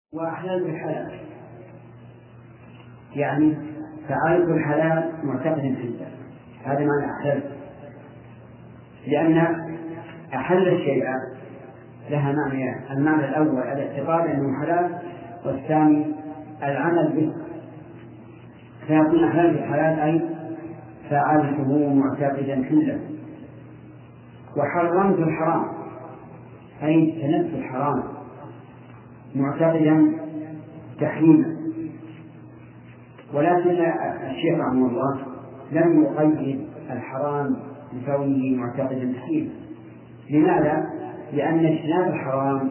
وأحلال الحلال، يعني فعلت الحلال معتقد حله، هذا معنى أحلال، لأن أحل الشيء لها معنيان: المعنى الأول الاعتقاد أنه حلال، والثاني العمل به. فيكون أحلال الحلال أي فعلته معتقدا حله. وحرمت الحرام أي اجتنبت الحرام معتقدا تحريما. ولكن الشيخ رحمه الله لم يقيد الحرام بكونه معتقدا تحريما. لماذا؟ لأن اجتناب الحرام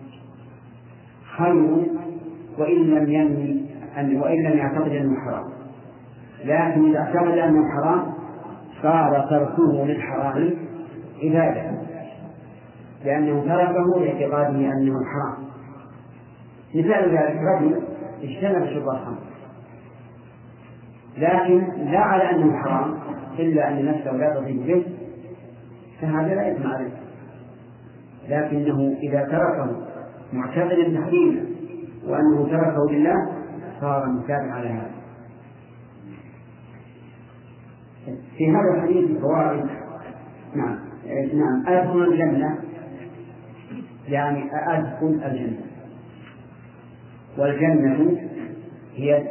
خير وإن لم يعتقد أنه حرام، لكن إذا اعتقد أنه حرام صار تركه للحرام عبادة، لأنه تركه لاعتقاده أنه حرام. مثال ذلك: رجل اجتنب شرب الخمر لكن لا على أنه حرام إلا أن نفسه لا تطيب به، فهذا لا إثم عليه، لكنه إذا تركه معتقدا تحريما وأنه تركه لله صار مثابا على هذا. في هذا الحديث فوائد. نعم أدخل الجنة يعني أدخل الجنة، والجنة هي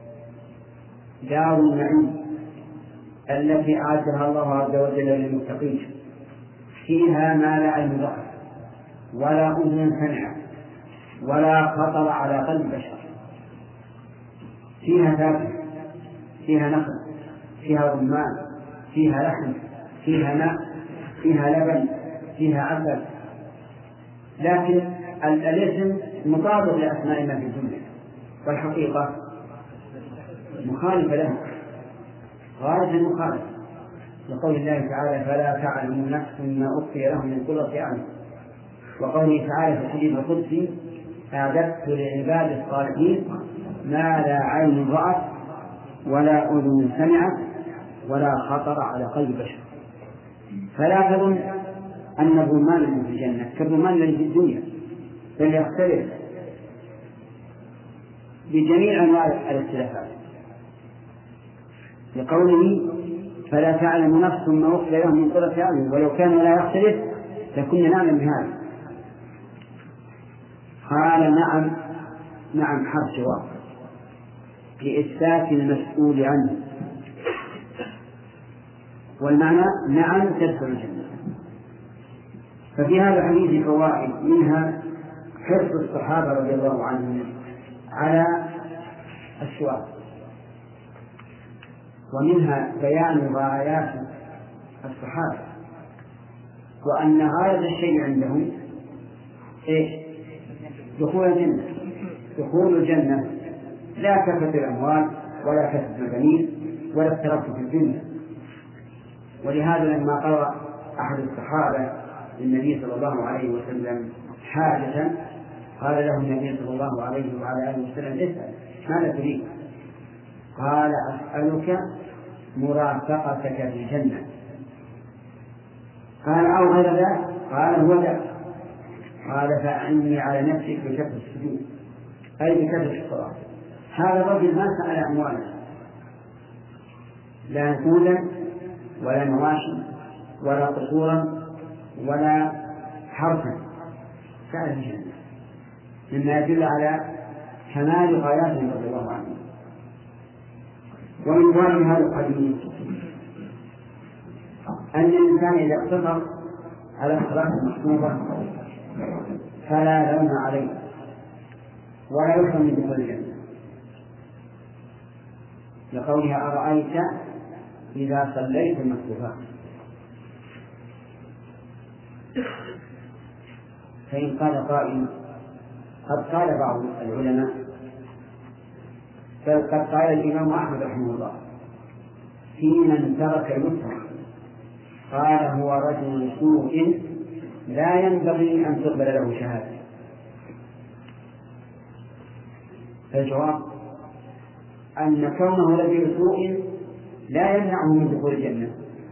دار النعيم التي أعدها الله عز وجل للمتقين، فيها ما لا عين رأت ولا أذن سمعت ولا خطر على قلب بشر. فيها ثابت، فيها نخل، فيها رمان، فيها لحم، فيها ماء، فيها لبن، فيها عسل. لكن الاسم مطابق لأسماء ما في الدنيا، والحقيقة مخالفة له، غاية مخالفة لقول الله تعالى: فلا تعلم نفس ما أخفي لهم من قرة أعين. وقوله تعالى في الحديث القدسي: أعددت لعباد الصالحين ما لا عين رأت ولا أذن سمعت ولا خطر على قلب بشر. فلا تظن أن الرمان الذي في الجنة كالرمان الذي في الدنيا، بل يختلف بجميع أنواع الاختلافات، لقوله: فلا تعلم نفس ما أخفي لهم من قرة أعين. ولو كان لا يختلف لكنا نعلم بهذا. قال: نعم حرف جواب لإثبات المسؤول عنه، والمعنى نعم تدخل الجنة. ففي هذا الحديث فوائد، منها حرص الصحابة رضي الله عنهم على السؤال، ومنها بيان غايات الصحابة، وأن غاية الشيء عندهم دخول الجنة، لا كثرة الأموال ولا كثرة البنين ولا الترف في الدنيا. ولهذا لما قرأ أحد الصحابة للنبي صلى الله عليه وسلم حاجة قال له النبي صلى الله عليه وعلى آله وسلم: اسأل ماذا تريد؟ قال: أسألك مرافقتك في الجنة. قال: أو غير ذلك؟ قال: هو ذلك. قال: فأعني على نفسك بكثرة السجود، أي بكثرة الصلاة. هذا الرجل ما سأل أموالا، لا نقودا ولا مواشي ولا قصورا ولا حرفا، سأل الجنة، مما يدل على كمال غاياته رضي الله عنه. ومن فوائد هذا الحديث أن الإنسان إذا اقتصر على الصلاة المكتوبة فلا لوم عليه ولا يحرم من دخول الجنة، لقولها: أرأيت إذا صليت المكتوبات. فإن قال قائل: قد قال بعض العلماء، بل قد قال الإمام أحمد رحمه الله في من ترك الوتر، قال: هو رجل سوء لا ينبغي أن تقبل له شهادة. فالجواب أن كونه رجل سوء لا يمنعه من دخول الجنة،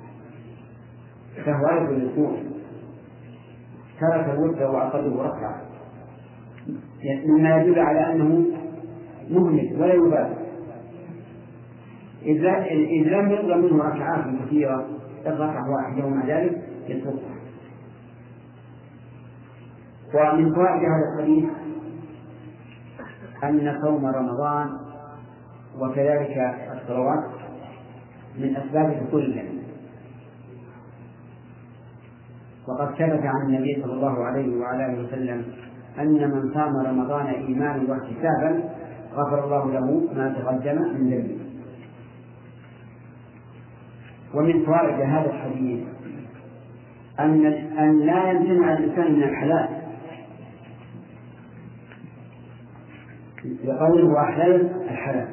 فهو رجل سوء ترك الوتر وأقله ركعة، مما يدل على أنه مهمل ولا يبالي، إذ لم يطلب منه ركعات كثيرة الركعة واحدة ومع ذلك يتركها. ومن فوائد هذا الحديث أن صوم رمضان وكذلك الصلوات من أسباب دخول الجنة، وقد ثبت عن النبي صلى الله عليه وعلى آله وسلم أن من صام رمضان إيمانا واحتسابا غفر الله له ما تقدم من ذنبه. ومن فوائد هذا الحديث أن لا يمتنع الإنسان من الحلال، لقوله وأحلل الحلال،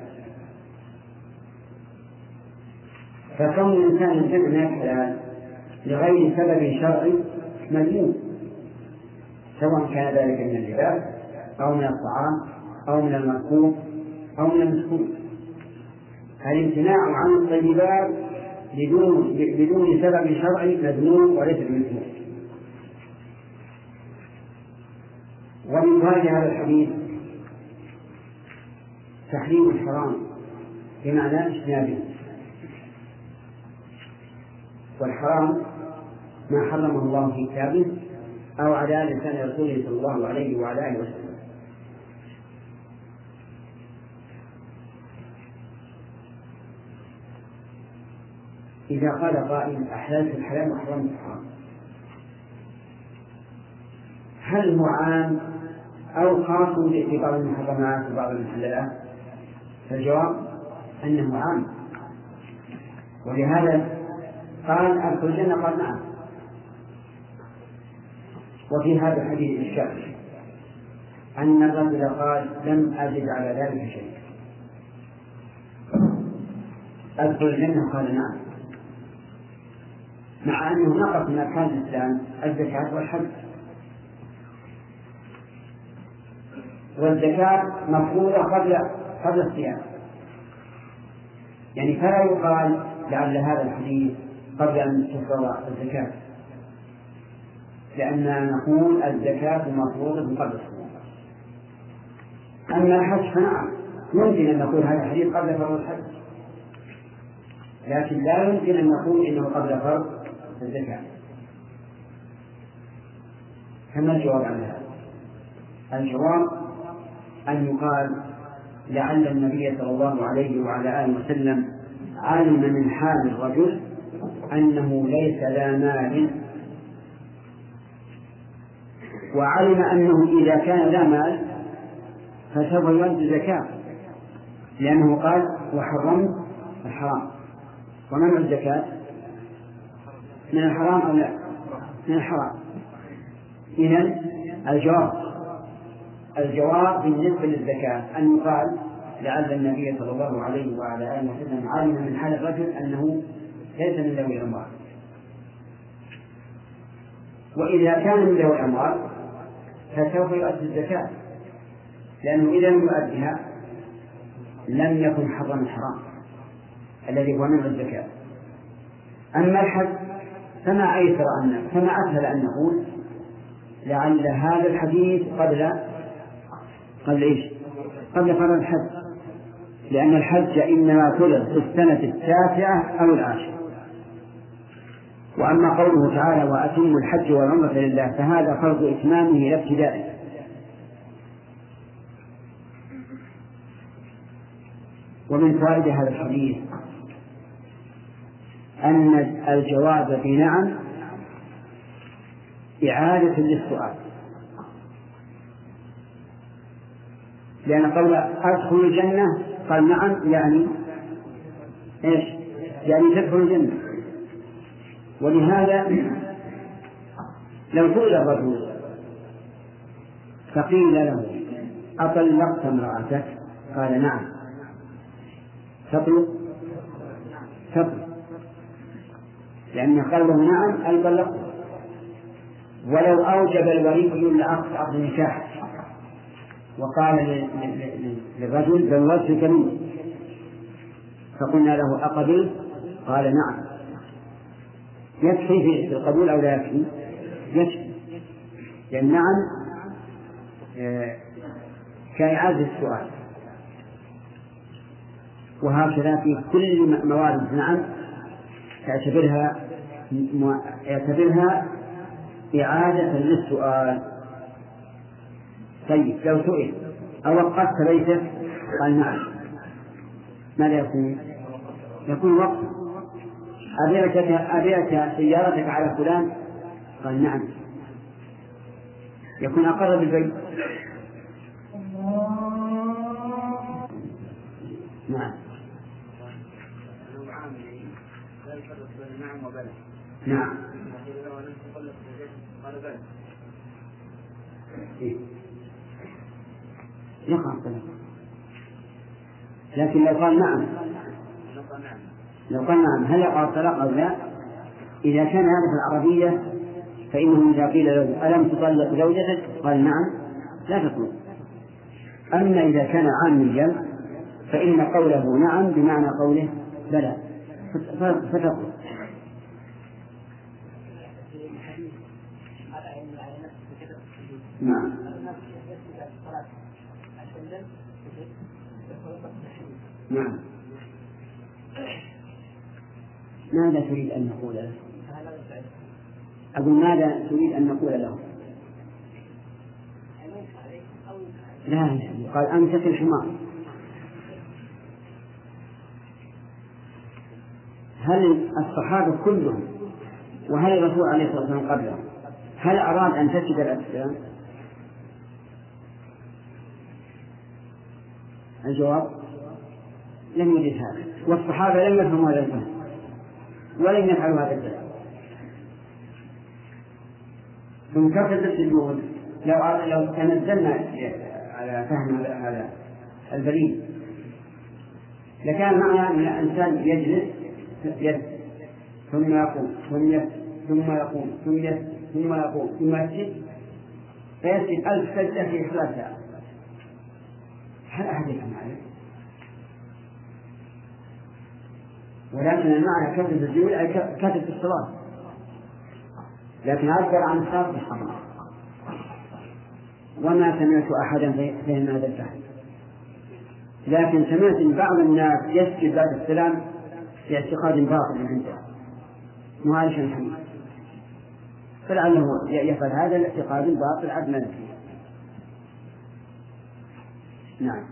فكون الإنسان يمتنع من الحلال لغير سبب شرعي مذموم، سواء كان ذلك من اللباس أو من الطعام أو من المركوب أو من المسكون. الامتناع عن الطيبات بدون سبب شرعي مذموم وليس بمذموم. ومن فوائد هذا الحديث تحريم الحرام بمعنى اجتنابه، والحرام ما حرمه الله في كتابه أو على لسان رسوله صلى الله عليه وعلى آله وسلم. إذا قال قائل أحللت الحلال وحرمت الحرام، هل هو عام أو خاص في بعض المحرمات وبعض المحللات؟ فالجواب أنه عام، ولهذا قال أدخل الجنة، قال نعم. وفي هذا الحديث إشكال أن الرجل قال لم أجد على ذلك شيء، أدخل الجنة قال نعم، مع أنه نقص من أركان الإسلام الزكاة والحج، والزكاة مفروضة قبل الصيام، يعني فلا يقال لعل هذا الحديث قبل أن تفرض الزكاة، لأننا نقول الزكاة مفروضة قبل الصيام. أما الحج فنعم يمكن أن نقول هذا الحديث قبل فرض الحج، لكن لا يمكن أن نقول إنه قبل فرض الزكاة. فما الجواب عن هذا؟ الجواب أن يقال لعل النبي صلى الله عليه وعلى آله وسلم علم من حال الرجل أنه ليس ذا مال، وعلم أنه إذا كان ذا مال فسوف يؤدي الزكاة، لأنه قال وحرمت الحرام، ومنع الزكاة من الحرام أو لا؟ من الحرام. إذن الجواب بالنسبة للزكاة أن يقال لعل النبي صلى الله عليه وعلى آله وسلم علم من حال الرجل أنه ليس من ذوي الأموال، وإذا كان من ذوي الأموال فسوف يؤدي الزكاة، لأنه إذا لم يؤديها لم يكن حرم الحرام الذي هو منع الزكاة. أما الحج فما أسهل أن نقول لعل هذا الحديث قبل إيش؟ قبل فرض الحج، لأن الحج إنما فرض في السنة 9 أو 10. وأما قوله تعالى وأتموا الحج والعمرة لله فهذا فرض إتمامه لا ابتدائه. ومن فوائد هذا الحديث أن الجواب بنعم إعادة للسؤال، لأن قول أدخل الجنة قال نعم يعني إيش؟ يعني تدخل الجنة. ولهذا لو سئل الرجل فقيل له أطلقت امرأتك؟ قال نعم، تطلق، لأن قوله نعم أي طلقت. ولو أوجب الولي لعقد النكاح وقال للرجل زوجتك مني، فقلنا له أقبل؟ قال نعم، يكفي في القبول أو لا يكفي؟ يكفي، لأن نعم كإعادة السؤال. وهكذا في كل موارد نعم يعتبرها إعادة للسؤال. طيب لو سئل أوقفت بيتك قال نعم، ماذا يكون؟ يكون وقف. أبيعت سيارتك على فلان قال نعم، يكون أقر بالبيت. نعم نعم يقع الطلاق. لكن لو قال نعم هل يقع الطلاق أو لا؟ إذا كان هذا في العربية فإنه إذا قيل له ألم تطلق زوجتك قال نعم لا تطلق. أما إذا كان عاميا فإن قوله نعم بمعنى قوله بلى فتطلق. نعم. نعم. ماذا تريد أن نقول له؟ أقول ماذا تريد أن نقول له؟ لا قال أمسك الحمار. هل الصحابة كلهم وهل الرسول عليه الصلاة والسلام قبله هل أراد أن تسجد الأجسام؟ الجواب لم يرد هذا، والصحابة لم يفهموا هذا الفهم ولم يفعلوا هذا الفهم. ثم كثرة السجود لو تنزلنا على فهم هذا البليد لكان معنى أن الإنسان يجلس ثم يقوم ثم يقوم ثم يقوم ثم يسجد فيسجد 1000 سجدة في 3 ساعات. هل أحد يفهم هذا؟ ولكن المعنى كثرة السجود أي كثرة الصلاة، لكن عبر عن الصلاة بالصلاة. وما سمعت أحدا فهم هذا الفهم، لكن سمعت أن بعض الناس يسجد بعد السلام في اعتقاد باطل عنده معالجا حميد، فلعله يفعل هذا الاعتقاد الباطل عدما فيه. نعم.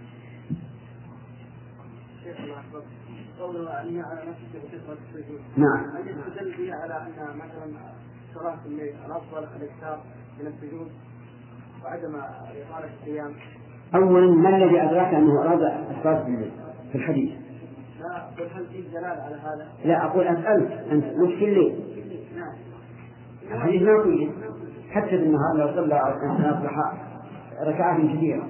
نعم. هل يستدل بها على أن مثلا صلاة الليل الأفضل الإكثار من السجود وعدم إطالة القيام؟ أولا ما الذي أدرك أنه أراد الصلاة بالليل في الحديث؟ لا أقول هل في دلالة على هذا؟ لا أقول أسألك أنت مش في الليل. نعم. الحديث ما يقول حتى في النهار لو صلى الضحى ركعات كثيرة.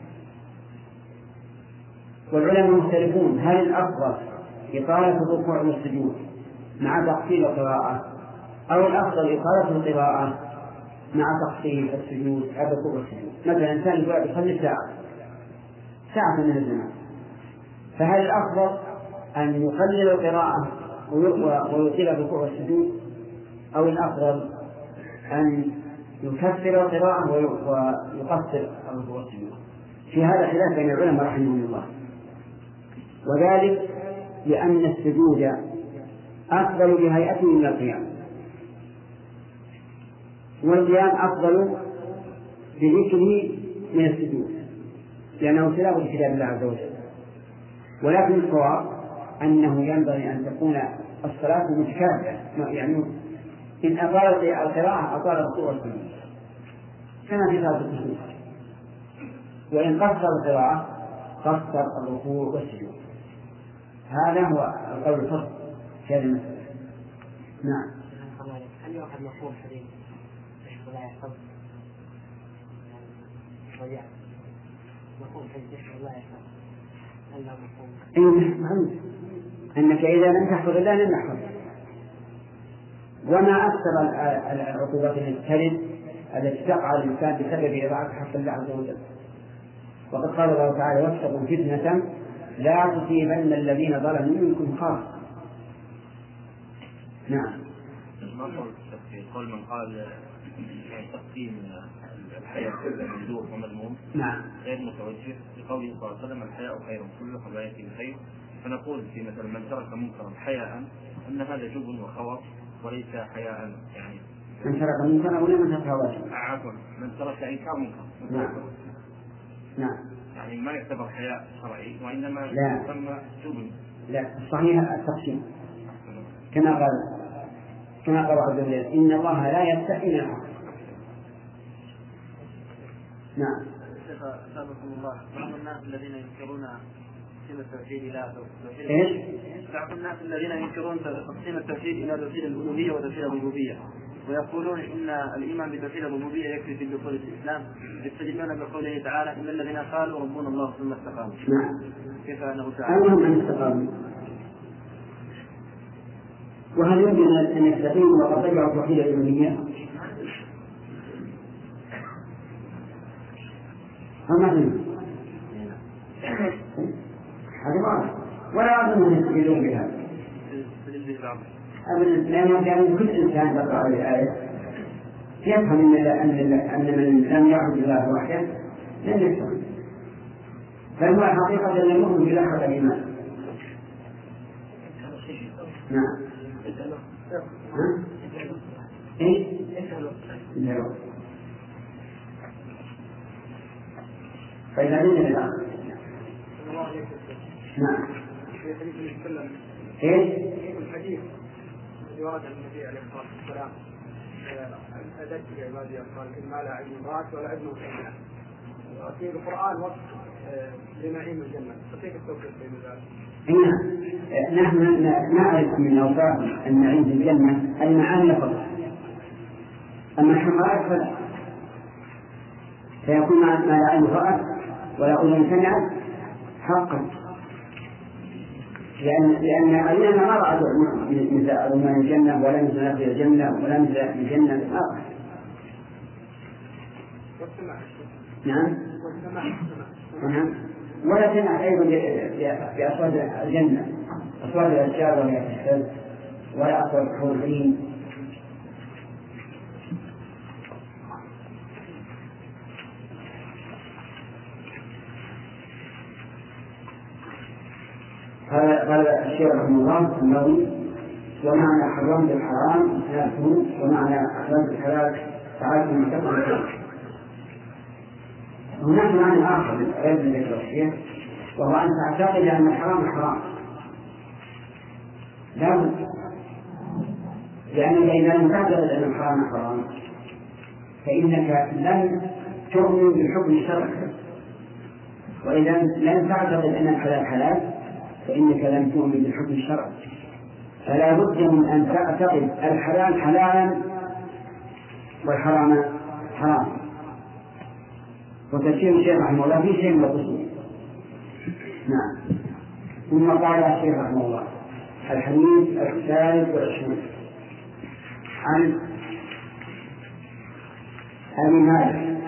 والعلماء مختلفون هل الأفضل إطالة الركوع والسجود مع تقصير القراءة أو الأفضل إطالة القراءة مع تقصير السجود الركوع والسجود. مثلا إنسان يصلي ساعة من الزمان، فهل الأفضل أن يقلل القراءة ويطيل الركوع والسجود أو الأفضل أن يكثر القراءة ويقصر الركوع والسجود؟ في هذا خلاف بين العلماء رحمهم الله، وذلك لأن السجود أفضل بهيئته من القيام، والقيام أفضل بذكره من السجود لأنه خلاف لكتاب الله عز وجل. ولكن الصواب أنه ينبغي أن تكون الصلاة متكافئة، يعني إن أطال القراءة أطال الركوع والسجود كما في صلاة الكسوف، وإن قصر القراءة قصر الركوع والسجود. هذا هو القول الفصل في هذه المسألة. نعم. هل يؤخذ مفهوم حديث ولا يحفظ؟ مفهوم حديث ولا يحفظ؟ هل له مفهوم؟ أي معلوم أنك إذا لم تحفظ الله لم يحفظ. وما أكثر العقوبات التي تقع الإنسان بسبب إضاعة حق الله عز وجل. وقد قال الله تعالى واتقوا فتنة لا تصيبن الذين ظلموا منكم خاصة. نعم. ما قول قول من قال تقسيم الحياء مندوب ومذموم نعم غير متوجه لقوله صلى الله عليه وسلم الحياء خير كله ولا يأتي بخير، فنقول في مثلا من ترك منكرا حياء أن هذا جبن وخوف وليس حياء. يعني من ترك منكرا ولا من ترك واجب؟ عفوا من ترك إنكار منكر. نعم يعني ما يعتبر حياء شرعي وإنما يسمى جبن. لا الصحيح التقسيم كما قال عز وجل إن الله لا يستحي من الحق. نعم. شيخ أثابكم الله، بعض الناس الذين ينكرون تقسيم التوحيد إلى إيش؟ بعض الناس الذين ينكرون تقسيم التوحيد إلى توحيد الألوهية وتوحيد الربوبية، ويقولون إن الإيمان بتوحيد الربوبية يكفي في دخول الإسلام، يستدلون بقوله تعالى إن الذين قالوا ربنا الله ثم استقاموا. نعم. كيف أنه تعالى؟ أنهم أن استقاموا. وهل يمكن أن يستقيموا وقد رجعوا توحيد الألوهية؟ أما هذا واضح ولا أظن أن يستدلون بهذا أبدا، لأنه كان كل إنسان يقرأ الآية يفهم أن من لم يعبد الله وحده لن يستقيم، بل هو حقيقة لم يؤمن بلحظة الإيمان. نعم. إيش؟ فإذا لم يلعب. نعم. إيش؟ الحديث الذي ورد عن النبي عليه الصلاة والسلام أدت بعبادي الصالحين ما لا علم رأت ولا علم سمع، وفي القرآن وصف لنعيم الجنة، فكيف التوفيق بين ذلك؟ نحن نعرف من أوصاف النعيم في الجنة المعاني فقط، أما الحقائق فلا، فيكون ما لا عين رأت ولا أذن سمعت حقا، لأن أيضا ما رأت مثل أرمان الجنة ولا مثل نفس الجنة ولا مثل الجنة ما رأت. نعم. نعم. ولا سمع أيضا بأصوات الجنة، أصوات الأشجار ولا تهتز ولا أصوات الحور العين. قال الشيخ رحمه الله النووي ومعنى حرمت الحرام نفسه ومعنى حرمت الحلال تعالى من تقوى. هناك معنى آخر غير من ذكر الشيخ، وهو أن تعتقد أن الحرام حرام لا بد، لأنك إذا لم تعتقد أن الحرام حرام فإنك لن تؤمن بالحكم الشرعي، وإذا لم تعتقد أن الحلال حلال فإنك لم تؤمن بالحكم الشرعي. فلا بد من أن تعتقد الحلال حلالا والحرام حرام. وتفسير الشيخ رحمه الله في شيء من الأصول. نعم. ثم قال الشيخ رحمه الله الحديث 23 عن أبي مالك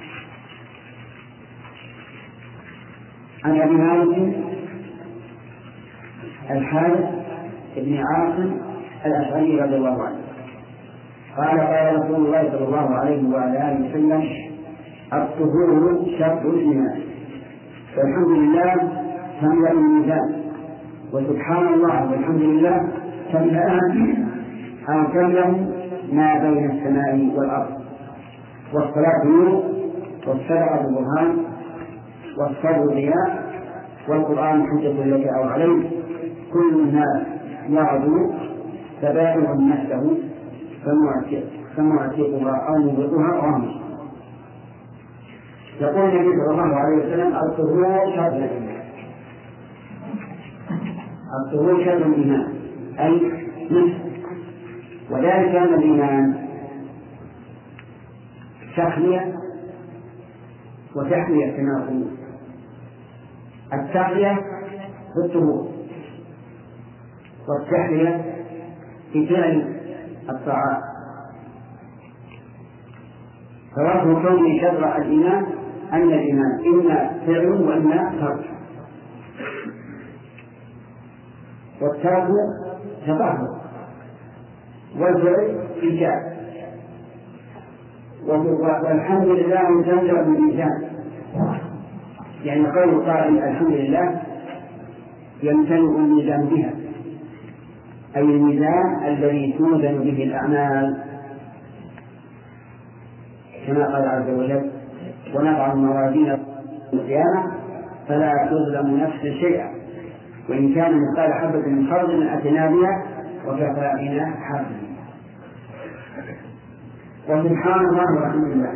الحارث بن عاصم الأشعري رضي الله عنه قال قال رسول الله صلى الله عليه وعلى آله وسلم الطهور شرط الإيمان، والحمد لله تملأ الميزان، وسبحان الله والحمد لله تملأان أو تملأ ما بين السماء والأرض، والصلاة نور، والصدقة برهان، والصبر ضياء، والقرآن حجة لك أو عليك، كل الناس يعظ فبائع نفسه فمعتقها أو مبغضها أو أمر. يقول النبي صلى الله عليه وسلم الطهور شرط الإيمان، الطهور شرط الإيمان أي نفس، وذلك أن الإيمان تخلية وتحلية كما يقول. التحلية بالطهور، والتحلية في فعل الطاعات. فوجه كون شرع الإيمان أن الإيمان إما فعل وإما ترك، والترك تطهر، والفعل إيجاب، والحمد لله تملأ الميزان، يعني قول قائل الحمد لله يمتلئ الميزان بها، أي الميزان الذي توزن به الأعمال، كما قال عز وجل: ونضع الموازين القيامة فلا تظلم نفس شيئا وإن كان مثقال حبة من خردل أتينا بها وكفى بنا حاسبين. وسبحان الله والحمد لله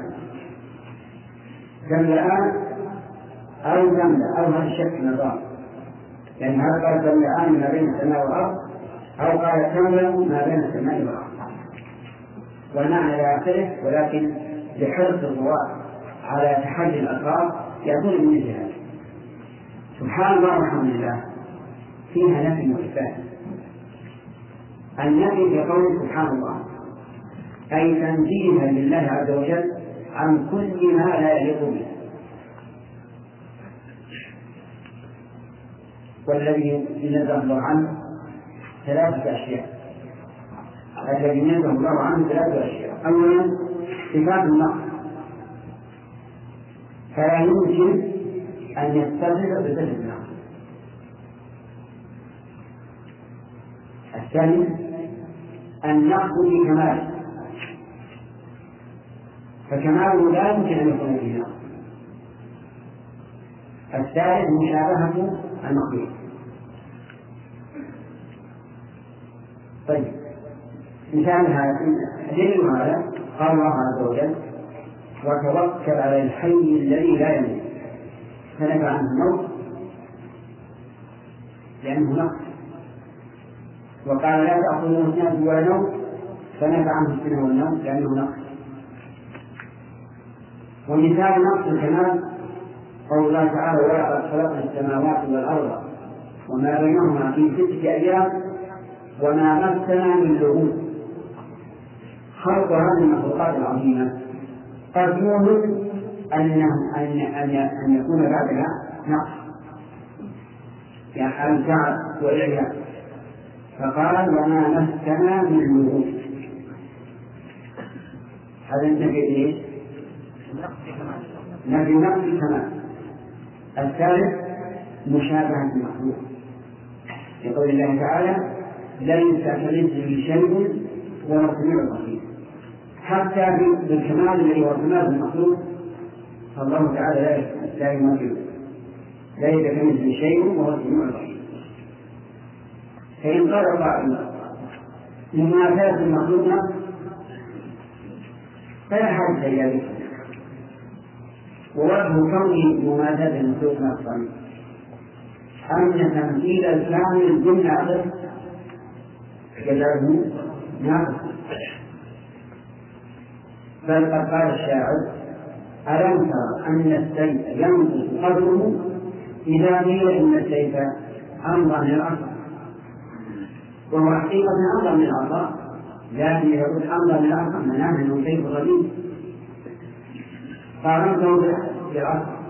تملأان أو تملأ، أو هذا الشك نظام، يعني هذا قال تملأان ما بين السماء والأرض، أو قال تملأ ما بين السماء والأرض، والمعنى لا يختلف، ولكن لحرص الرواة على تحدي الألفاظ يأتون من الجهاد. سبحان الله والحمد لله فيها نفي وإثبات. النفي في قوله سبحان الله أي تنزيها لله عز وجل عن كل ما لا يليق به، والذي نزه الله عنه ثلاثة أشياء. الذي نزه الله عنه ثلاثة أشياء: أولا صفات النقص، فلا يمكن أن يتصف بصفة النقص. الثاني النقص في كماله، فكماله لا يمكن أن يكون فيه نقص. الثالث مشابهة المخلوق. طيب مثال هذا دليل هذا قال الله عز وجل: وتوكل على الحي الذي لا يموت، فنفى عنه الموت لأنه نقص، وقال: لا تأخذه سنة ولا نوم، فنفى عنه السنة والنوم لأنه نقص. ومثال نقص الكمال قول الله تعالى: ولقد خلقنا السماوات والأرض وما بينهما في 6 أيام وما مسنا من لغوب. خلق هذه المخلوقات العظيمة قد يوهم أن يكون بعدها نقص، يعني التعب والعياء، فقال: وما مسنا من لغوب. هذا النبي إيش؟ نبي نقص كمال. الثالث مشابهة المخلوق، يقول الله تعالى: ليس كمثله شيء وهو السميع البصير. حتى بالكمال الذي هو كمال المخلوق فالله تعالى لا يمثله، ليس كمثله شيء وهو السميع البصير. فإن قال قائل لمنافاة المخلوق نقص فلا حاجة إلى ذلك، ووجه كون مماثلة المخلوق نقصا أن تمثيل الكامل بالناقص جعله ناقص. بل قد قال الشاعر: ألم تر أن السيف ينقص قدره إذا قيل إن السيف أمضى من العصا، وهو حقيقة أمضى من العصا، لكن يقول أمضى من العصا معناه أنه سيف غليظ قارنته بالعصا.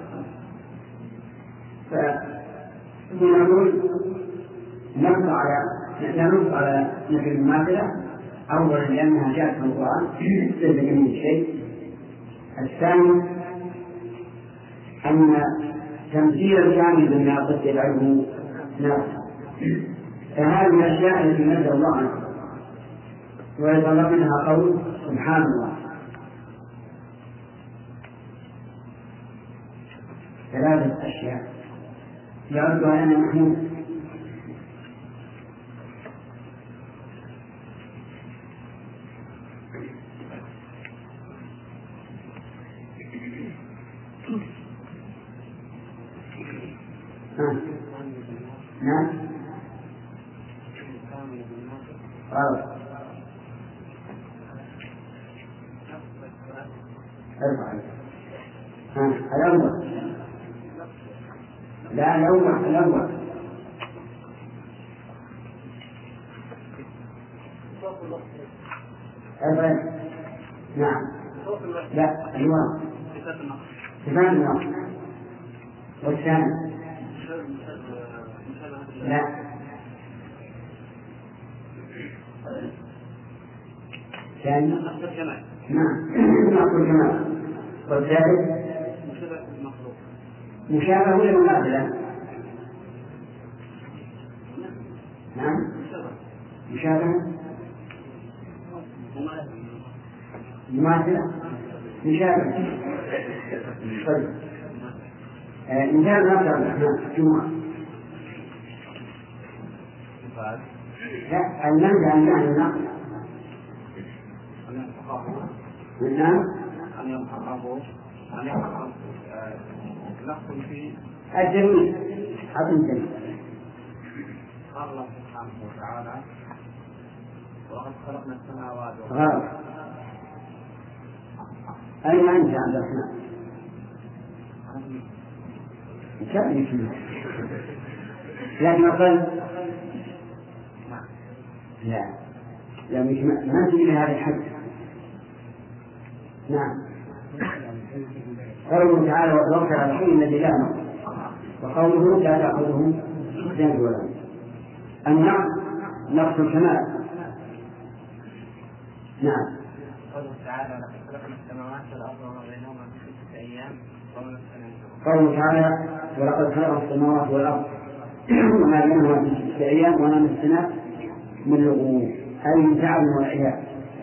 فنقول نص على نفي المماثلة أولا لأنها جاءت في القرآن ليس كمثله شيء. الثاني أن تمثيل الكامل بالناقص يجعله ناقصا، فهذه الأشياء التي نزل الله عنها ويطلق منها قول سبحان الله. ثلاثة أشياء يعدها لنا نحن نعم. الأول لا الأول نعم لا الواو صفات النقص. والثاني لا ثاني نعم نقص الكمال. والثالث مشابه ولا مماثلة؟ نعم مشابه مماثلة مشابه. طيب مثال نقص جمعة. لا المنزع عن النقص نعم أن ينحققوا نقص في الجميل هذا الجميل. قال الله سبحانه وتعالى وقد خلقنا السماوات غلط. أين أنت عبد الرحمن؟ كم يسمى لكن أقل لا مش ما تجي لهذا الحد. نعم قوله تعالى وتوكل على الحي الذي لا يموت، وقوله لا تأخذه سنة ولا نوم. النقص نقص الكمال. نعم قوله تعالى لقد خلقنا السماوات والأرض وما بينهما في 6 أيام قوله تعالى ولقد خلقنا السماوات والأرض وما بينهما في 6 أيام وما مسنا من لغوب أي من تعب والعياذ.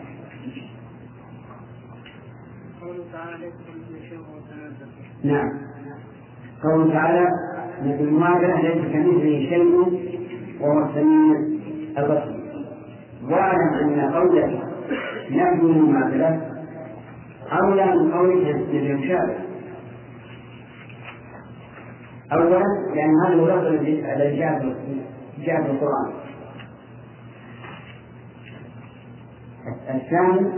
نعم قوله تعالى مثل المعادلة ليس كمثله شيء وهو السميع البصير. واعلم أن قولك نفي المعادلة أولى من قولك للمشابه. أولا لأن هذا هو اللفظ الذي جاء في القرآن. الثاني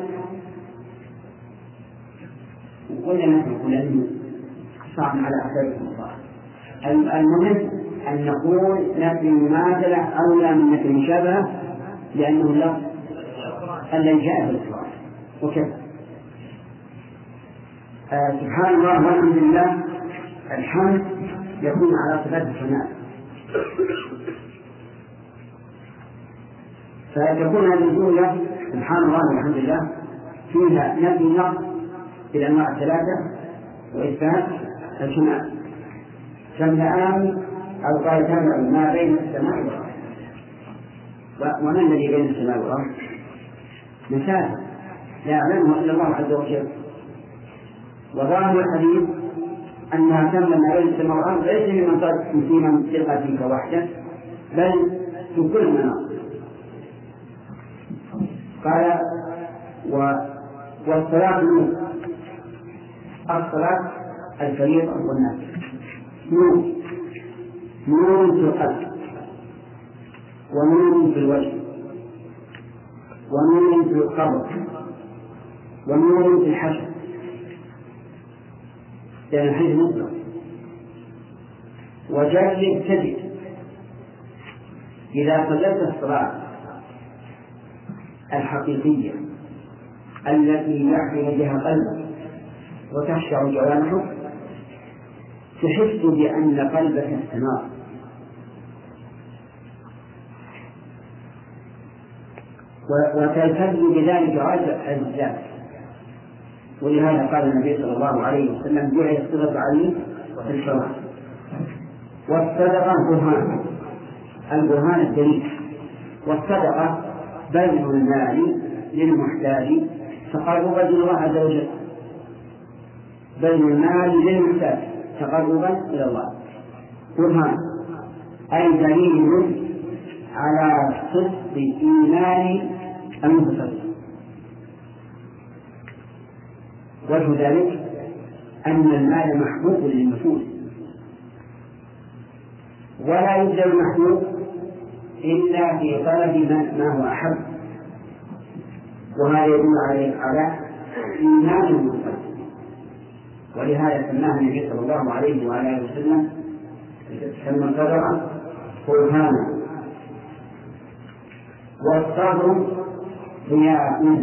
وقلنا نقول أنه صعب على أساس المصطلح. المهم أن نقول نفي المماثلة أولى من نفي المشابهة لأنه اللفظ الذي جاء في القرآن. وكذا سبحان الله والحمد لله. الحمد يكون على صفات الكمال، فتكون هذه الجملة سبحان الله والحمد لله فيها نفي النقص بالأنواع الثلاثة وإثبات الكمال. تملأان أو قال تملأ ما بين السماء والأرض. وما الذي بين السماء والأرض؟ مسافة لا يعلمه إلا الله عز وجل. وظاهر الحديث أنها تملأ ما بين السماء والأرض ليس في منطقة فيك وحده بل في كل مناطق. قال والصلاة نور. الصلاة الفريضة والنافلة نور في القلب ونور في الوجه ونور في القبر ونور في الحشر لأن الحديث مطلق. وجرب تجد إذا صليت الصلاة الحقيقية التي يحفظ بها قلبك وتخشع جوانحك تحس بأن قلبك استنار وتلتذ بذلك غاية الذات. ولهذا قال النبي صلى الله عليه وسلم جعل الصدقة عليه في الصلاة. والصدقة برهان، البرهان الدليل. والصدقة بذل المال للمحتاج تقربا إلى الله عز وجل. بذل المال للمحتاج تقربا إلى الله. برهان أي دليل على صدق إيمان المتصدق. وجه ذلك أن المال محبوب للنفوس ولا يبذل المحبوب إلا في طلب ما هو أحب، وهذا يدل على إيمان المتصدق. ولهذا سماه النبي صلى الله عليه وعلى وسلم سمى الصدقة برهانا. والصبر ضياء.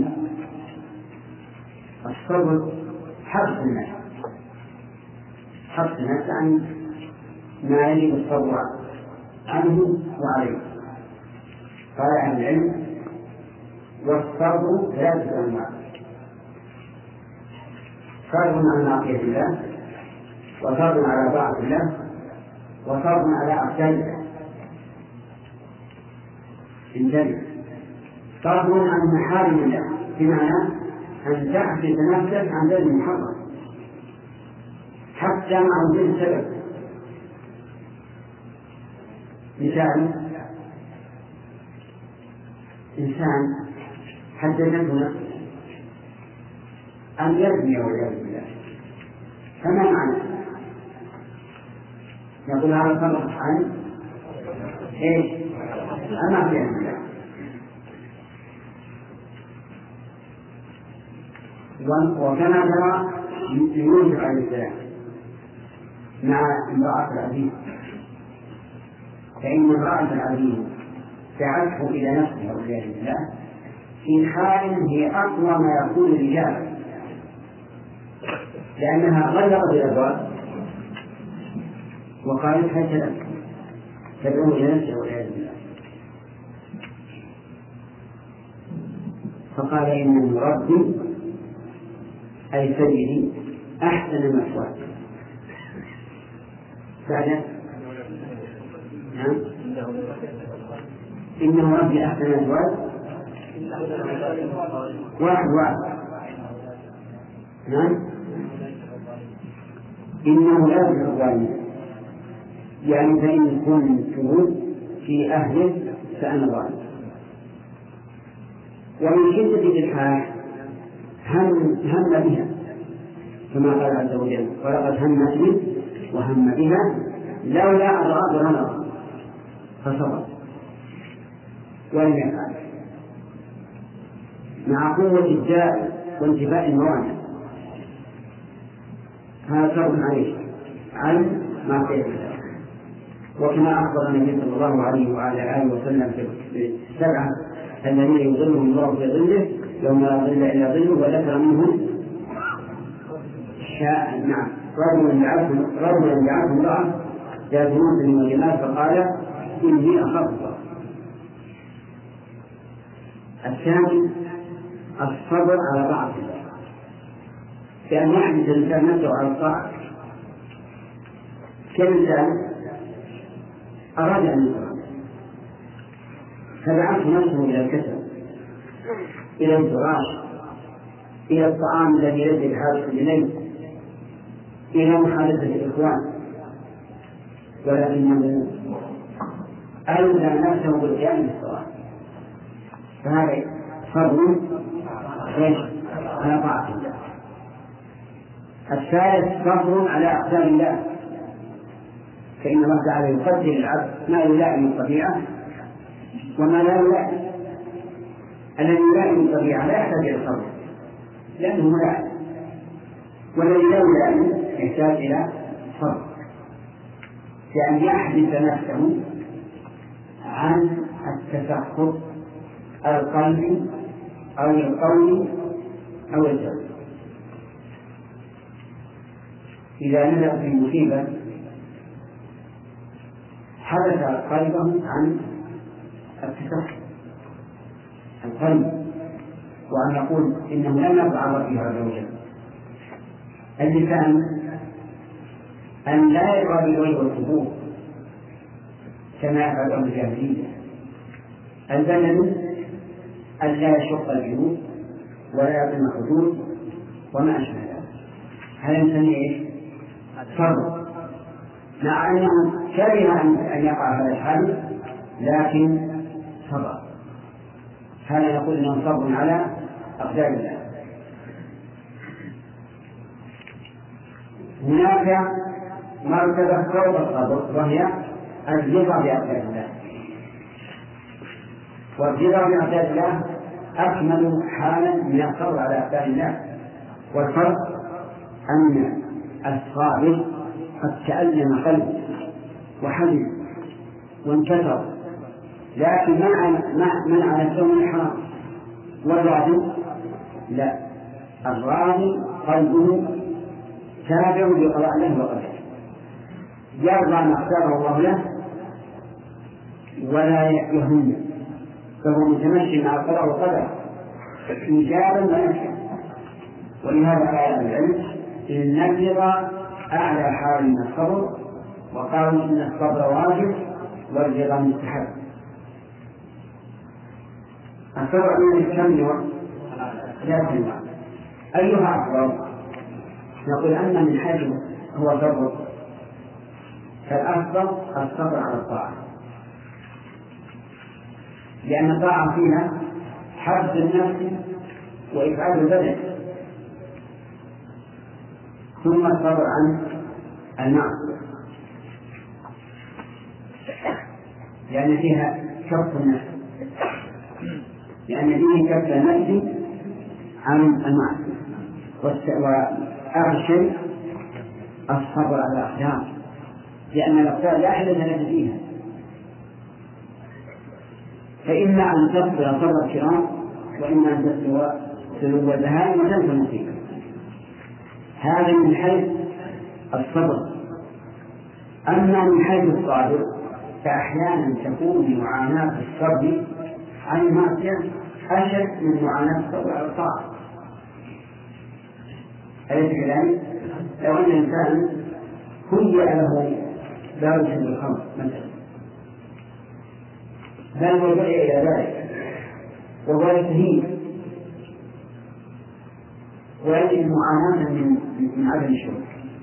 الصبر حبس النفس، حبس النفس عن ما يجب الصبر عنه وعليه. قال أهل العلم والصبر ثلاثة أنواع: فرض على معصية الله، وفرض على طاعة الله، وفرض على أقدار الله. انتبه، فرض عن محارم الله بمعنى أن تحبس نفسك عن ذلك المحرم حتى مع وجود السبب. مثال: إنسان حدثته نفسه أن يزني والعياذ بالله، فما معنى؟ يقول هذا فرض عن إيش؟ المعصية بالله. وكما ترى يوسف عليه السلام مع امرأة العزيز، فإن امرأة العزيز دعته إلى نفسه والعياذ بالله في حال هي أقوى ما يكون الرجال، لأنها غلقت الأبواب وقالت هكذا تدعو إلى نفسه والعياذ بالله، فقال إن ربي أي سيدي أحسن مثواي. بعد إنه ربي أحسن مثواي واحد نعم، إنه لا يفلح الظالمين، يعني فإن كنت في أهله فأنا ظالم. ومن شدة الإلحاح هم بها كما قال عز وجل: ولقد همت به وهم بها لولا أن رأى برهان فصبر ولم يفعل، مع قوة الداء وانتفاء الموانع. هذا فرض عليه عن معصية الله. وكما أخبر النبي صلى الله عليه وعلى آله وسلم في السبعة الذين يظلهم الله في ظله يوم لا ظل إلا ظله، وذكر منهم نعم رجلا جعلته امرأة ذات منصب وجمال فقال إني أخاف الله. الثاني الصبر على طاعة الله، بأن يحدث الإنسان نفسه على الطاعة. كالإنسان أراد أن يصبر فدعته نفسه إلى الكسل، إلى الفراش، إلى الطعام الذي ليس بحاجة إليه، إلى محادثة الإخوان، ولكنه ألزم نفسه بالقيام بالصلاة، فهذا فرض على طاعة الله. الثالث فرض على أقدار الله، فإن الله تعالى يقدر العبد ما يلائم الطبيعة وما لا يلائم. الذي يلائم الطبيعة لا يحتاج إلى صبر لأنه ملائم، والذي لا يلائم يحتاج إلى صبر، بأن يحدث نفسه عن التسخط القلبي أو القولي أو الجسدي. إذا نزل في مصيبة حدث قلبه عن التسخط القلب، وأن يقول إنه لم يفعل ربي عز وجل. اللسان أن لا يرى بالوجه والقبور كما يفعل أهل الجاهلية. البدن أن لا يشق الجنود ولا يعظم الحدود وما أشبه ذلك. هذا نسميه إيش؟ فرض، مع أنه كره أن يقع هذا الحادث لكن صبر. هذا نقول إنه صبر على أقدار الله. هناك مرتبة فوق الصبر وهي الرضا بأقدار الله، والرضا بأقدار الله أكمل حالا من الصبر على أقدار الله. والفرق أن الصابر قد تألم قلبه وحزن وانكسر لكن منع نفسه من الحرام. والراضي لا، الراضي قلبه تابع لقضاء الله وقدره، يرضى ما اختاره الله له ولا يهم، فهو متمشي مع القضاء والقدر إيجابا ونفسا. ولهذا قال العلم لنبلغ أعلى حال من الصبر، وقالوا إن الصبر واجب والرضا مستحب. الصبر من الكم لا تنوع، أيها أفضل؟ نقول أن من حيث هو صبر فالأفضل الصبر على الطاعة، لأن الطاعة فيها حفظ النفس وإفعال البدن، ثم الصبر عن المعصية لأن فيها كف النفس، لأن فيه كف النفس عن المعصية. وآخر شيء الصبر على الأقدام، لأن الأقدام لا حدث لك فيها، فإما أن تصبر صبر الكرام وإما أن تصبر سلوك البهائم وتنسى المصيبة. هذا من حيث الصبر. أما من حيث الصابر فأحيانا تكون معاناة الصبر عن المعصية أشد من معاناة الصبر على الطاعة. أليس كذلك؟ لو أن الإنسان هيأ له دار شرب الخمر مثلا، بل هو يدعي إلى ذلك وهو يستهين ويجد معاناة من عدم الشرب،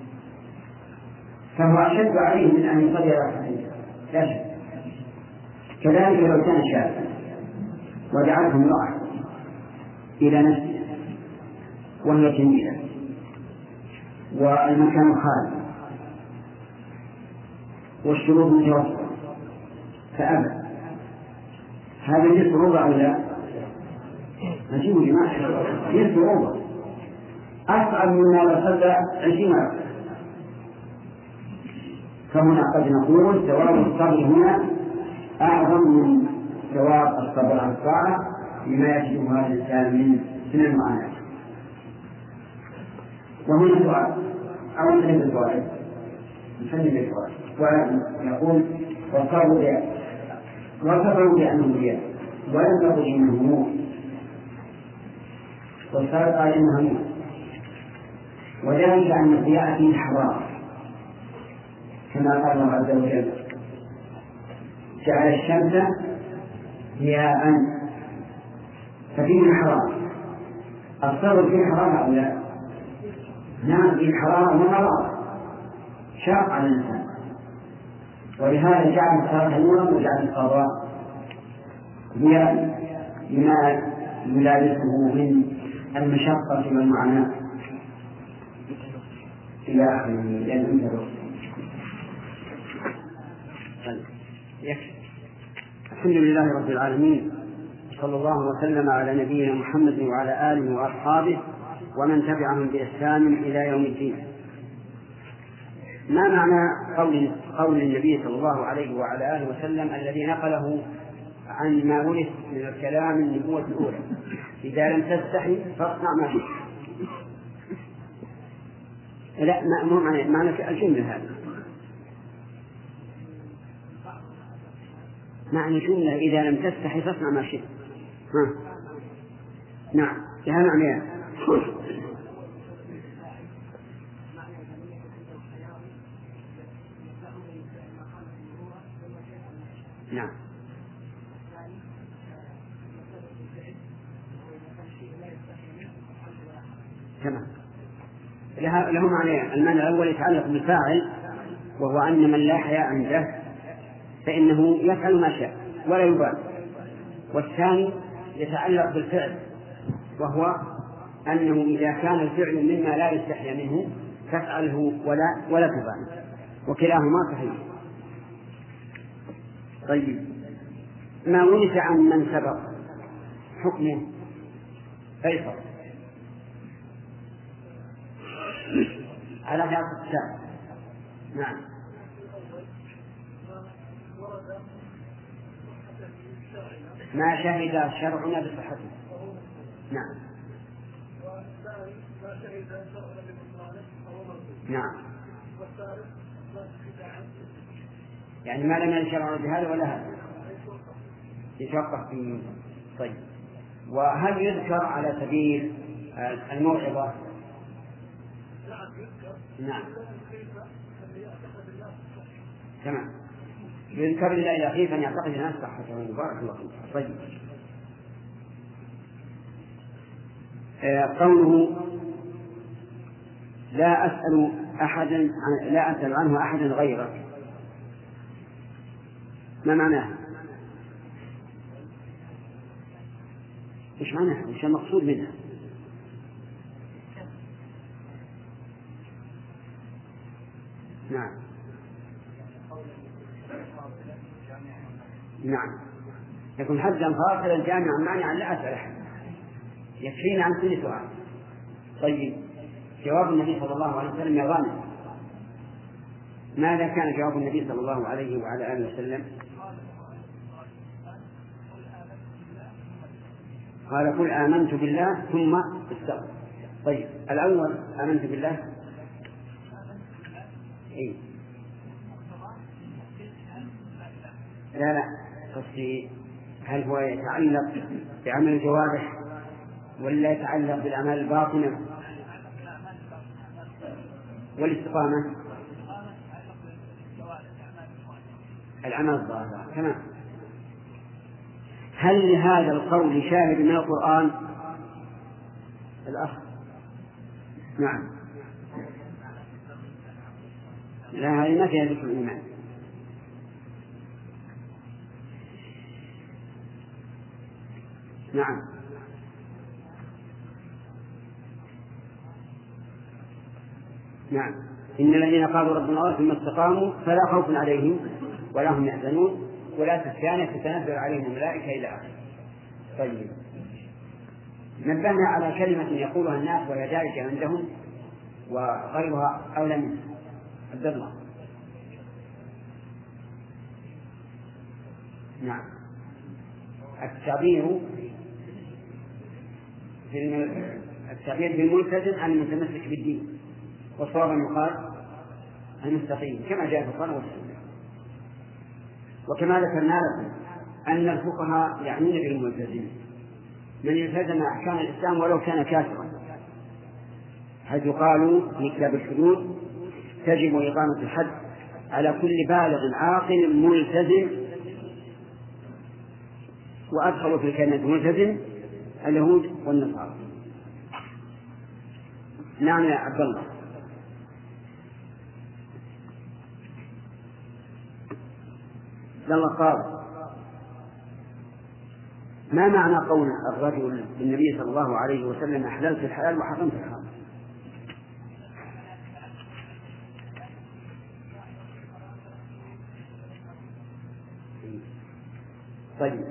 فهو أشد عليه من أن يصلي ركعتين لا شك. كذلك لو كان شابا ودعته امرأة إلى نفسه وهي جميلة والمكان خالي والشروط متوفرة فأبى، هذا فيه صعوبة أو لا؟ نجيب جماعة فيه صعوبة أصعب مما لو صلى 20 مرة. فهنا قد نقول ثواب الصبر هنا أعظم من ثواب الصبر عن الطاعة لما يجده هذا الإنسان من المعاناة. وهنا سؤال أو نحن الفوائد ويقول وصبروا بأنه رياء ولم يقل إنه نور، والصبر قال إنه نور، وذلك أن الرياء فيه حرام كما قال الله عز وجل جعل الشمس ضياء، ففيه حرام. الصبر فيه حرام أو لا؟ نعم فيه حرام وحرام شاق على الإنسان، ولهذا جعل الصلاة نورا وجعل القضاء ضياء لما يلابسه من المشقة والمعاناة إلى آخره. لأن الحمد لله رب العالمين، صلى الله وسلم على نبينا محمد وعلى آله وأصحابه ومن تبعهم بإحسان إلى يوم الدين. ما معنى قول النبي صلى الله عليه وعلى آله وسلم الذي نقله عن ما ورث من الكلام النبوة الأولى: إذا لم تستحي فاصنع ما شئت؟ لا، مو معنى الجملة هذا، معنى الجملة إذا لم تستحي فاصنع ما شئت. نعم، لها معنى. نعم، تمام، له معنى. المعنى الأول يتعلق بالفاعل، وهو أن من لا حياء عنده فإنه يفعل ما شاء ولا يبالي. والثاني يتعلق بالفعل، وهو أنه إذا كان الفعل مما لا يستحيا منه فافعله ولا تبالي، وكلاهما صحيح. طيب، ما ورث عن من سبق حكمه فيصل على هذا الكتاب. نعم، ما شهد شرعنا بصحته. نعم، نعم، يعني ما لم يشرع بهذا ولا هذا يتوقف فيه. طيب، وهل يذكر على سبيل الموعظة نعم تمام. يذكر الله إلى أخيه فأن يعتقد الناس صحته. بارك الله فيك. طيب قوله لا أسأل عنه أحدا غيره، ما معناه؟ إيش معناه؟ إيش المقصود منها؟ نعم نعم يكون حدا فاصلا جامعا مانعا لا أسأل أحد، يكفيني عن كل سؤال. طيب جواب النبي صلى الله عليه وسلم يا غانم، ماذا كان جواب النبي صلى الله عليه وعلى آله وسلم؟ قال قل آمنت بالله ثم استغفر. طيب الأول آمنت بالله إيه؟ لا قصدي هل هو يتعلق بعمل الجوارح ولا يتعلق بالأعمال الباطنة والاستقامة؟ العمل الظاهر. تمام. هل لهذا القول شاهد من القرآن؟ الأخ نعم. لا هذه ما فيها ذكر الإيمان. نعم نعم. إن الذين قالوا ربنا الله ثم استقاموا فلا خوف عليهم ولا هم يحزنون ولا تسيان تتنزل عليهم الملائكة إلى آخره. طيب نبهنا على كلمة يقولها الناس وهي دارجة عندهم وغيرها أولى منه. عبد الله. نعم. التعبير بالملتزم عن المتمسك بالدين، وصوابا يقال المستقيم كما جاء في القرآن والسنة. وكما ذكرنا لكم أن الفقهاء يعنون بالملتزم من التزم أحكام الإسلام ولو كان كافرا، حيث قالوا في كتاب الحدود تجب إقامة الحد على كل بالغ عاقل ملتزم، وأدخلوا في كلمة ملتزم اليهود والنصارى. نعم يا عبد الله. الله قال ما معنى قول الرجل للنبي صلى الله عليه وسلم أحللت الحلال وحرمت الحرام؟ طيب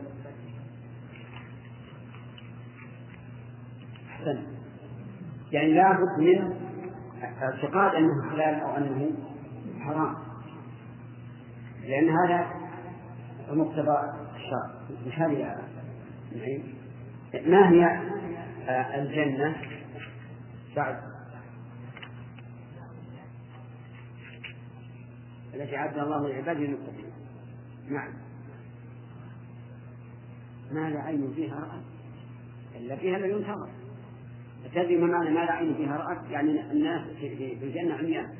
أحسن. يعني لا بد من اعتقاد أنه حلال أو أنه حرام، لأن هذا مقتضى الشرع. مش هذه ما هي الجنة بعد التي أعدها الله لعباده المتقين؟ نعم. ما لا عين فيها رأت إلا فيها لا ينتظر. تدري ما معنى ما لا عين فيها رأت؟ يعني الناس في الجنة عمياء.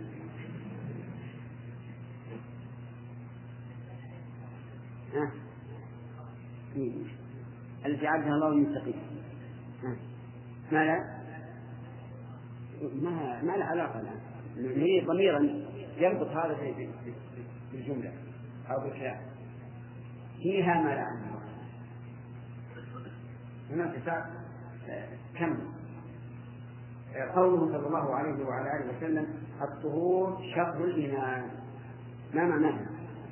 التي أعدها الله للمتقين. ما لا علاقة الآن، هي ضميرا يربط هذا بالجملة أو بالكلام. فيها ما لا عين هنا تساء كم. قوله صلى الله عليه وعلى آله وسلم الطهور شطر الإيمان، ما معناه؟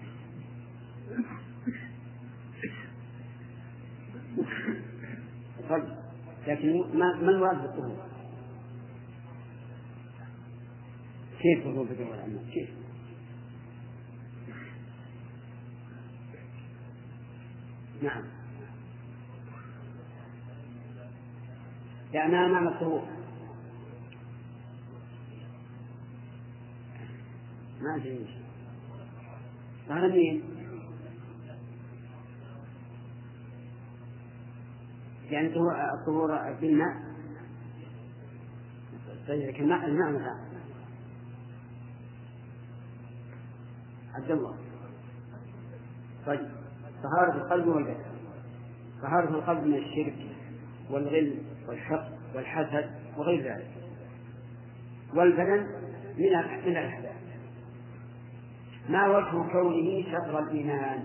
طيب لكن ما المراد بالطهور؟ كيف طهور بدون العلم؟ كيف؟ نعم. يعني ما معنى الطهور؟ ما أدري هذا مين؟ يعني الطهور بالماء. طيب لكن الماء مثلا عبد الله. طيب، طهارة القلب والبدن. طهارة القلب من الشرك والغل والحقد والحسد وغير ذلك، والبدن من الأحداث. ما وجه كونه شطر الإيمان؟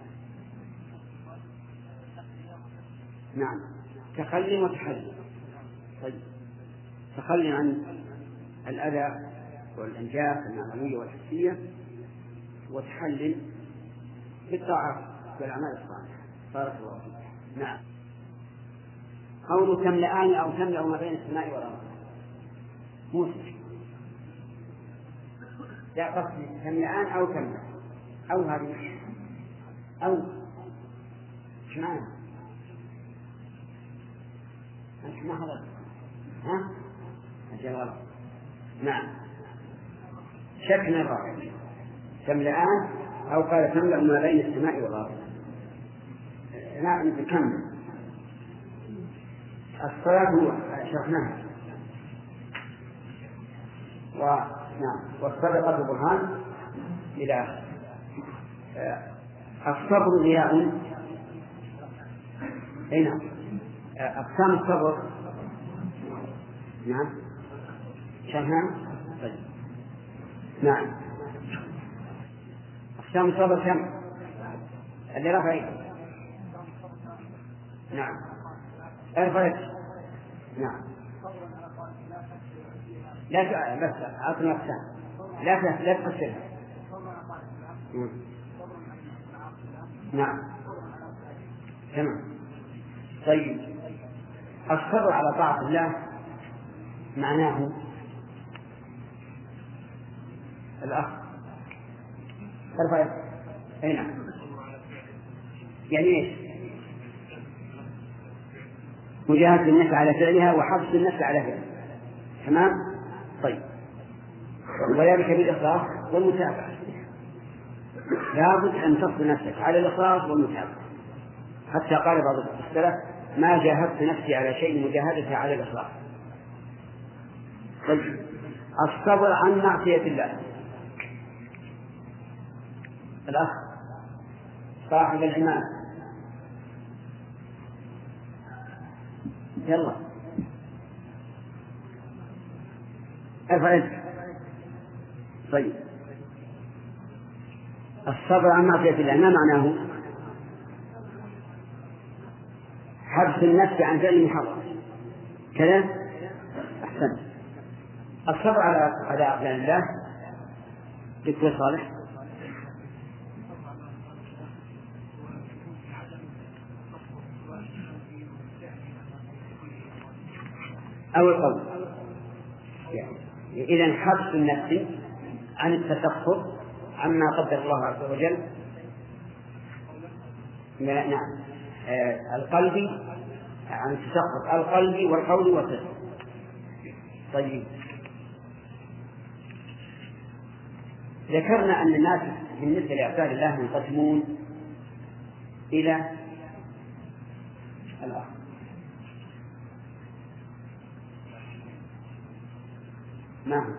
نعم، تخلي وتحلي. طيب، تخلي عن الأذى والأنجاس المعنوية والحسية، وتحلل بالطاعات والأعمال الصالحة. بارك الله فيك. نعم. قول تملأان أو تملأ ما بين السماء والأرض. موسى لا قصدي تملأان أو تملأ أو هذه أو إيش معنى؟ أنت ما هذا ها؟ أجل غلط. نعم، شكل الرأي تملأان أو قال تملأ ما بين السماء والأرض. نعم، نكمل. الصلاة شرحناها، ونعم، والصدقة برهان إلى آخره. الصبر ضياء. أي نعم، أقسام الصبر. نعم، شرحناها. طيب، نعم، أقسام الصبر كم؟ اللي رفع يده. نعم، ارفع يده. نعم، لا بس أعطنا أقسام، لا تفسرها. نعم، تمام. طيب، الصبر على طاعة الله معناه الأخ ارفع يده. أي نعم، يعني إيش؟ مجاهدة النفس على فعلها وحبس النفس على فعلها. تمام. طيب، وذلك بالإخلاص والمتابعة. لابد أن تصل نفسك على الإخلاص والمتابعة. حتى قال بعض السلف: ما جاهدت نفسي على شيء مجاهدتها على الإخلاص. طيب، الصبر عن معصية الله. الأخ صاحب العماد، يلا ارفع يدك. طيب، الصبر عن معصية الله ما معناه؟ حبس النفس عن فعل المحرم. كذا أحسن. الصبر على أعداء الله. دكتور صالح. أو القول. إذن حبس النفس عن التسخط عما قدر الله عز وجل. نعم، القلب عن التسخط القلب والقول والفعل. طيب، ذكرنا أن الناس بالنسبة لأفعال الله ينقسمون إلى الآخر. نعم،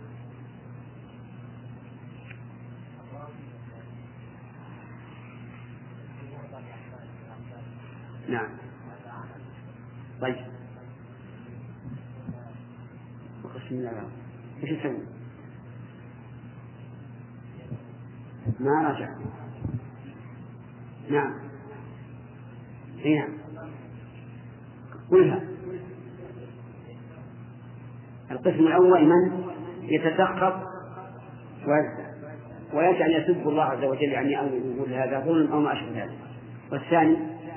نعم. طيب، بسم الله. ايش يسوي؟ ما رجع. نعم، نعم، قلها. القسم الأول من يتسخط ويجعل يسب الله عز وجل، يعني أو يقول هذا ظلم أو ما أشبه ذلك. والثاني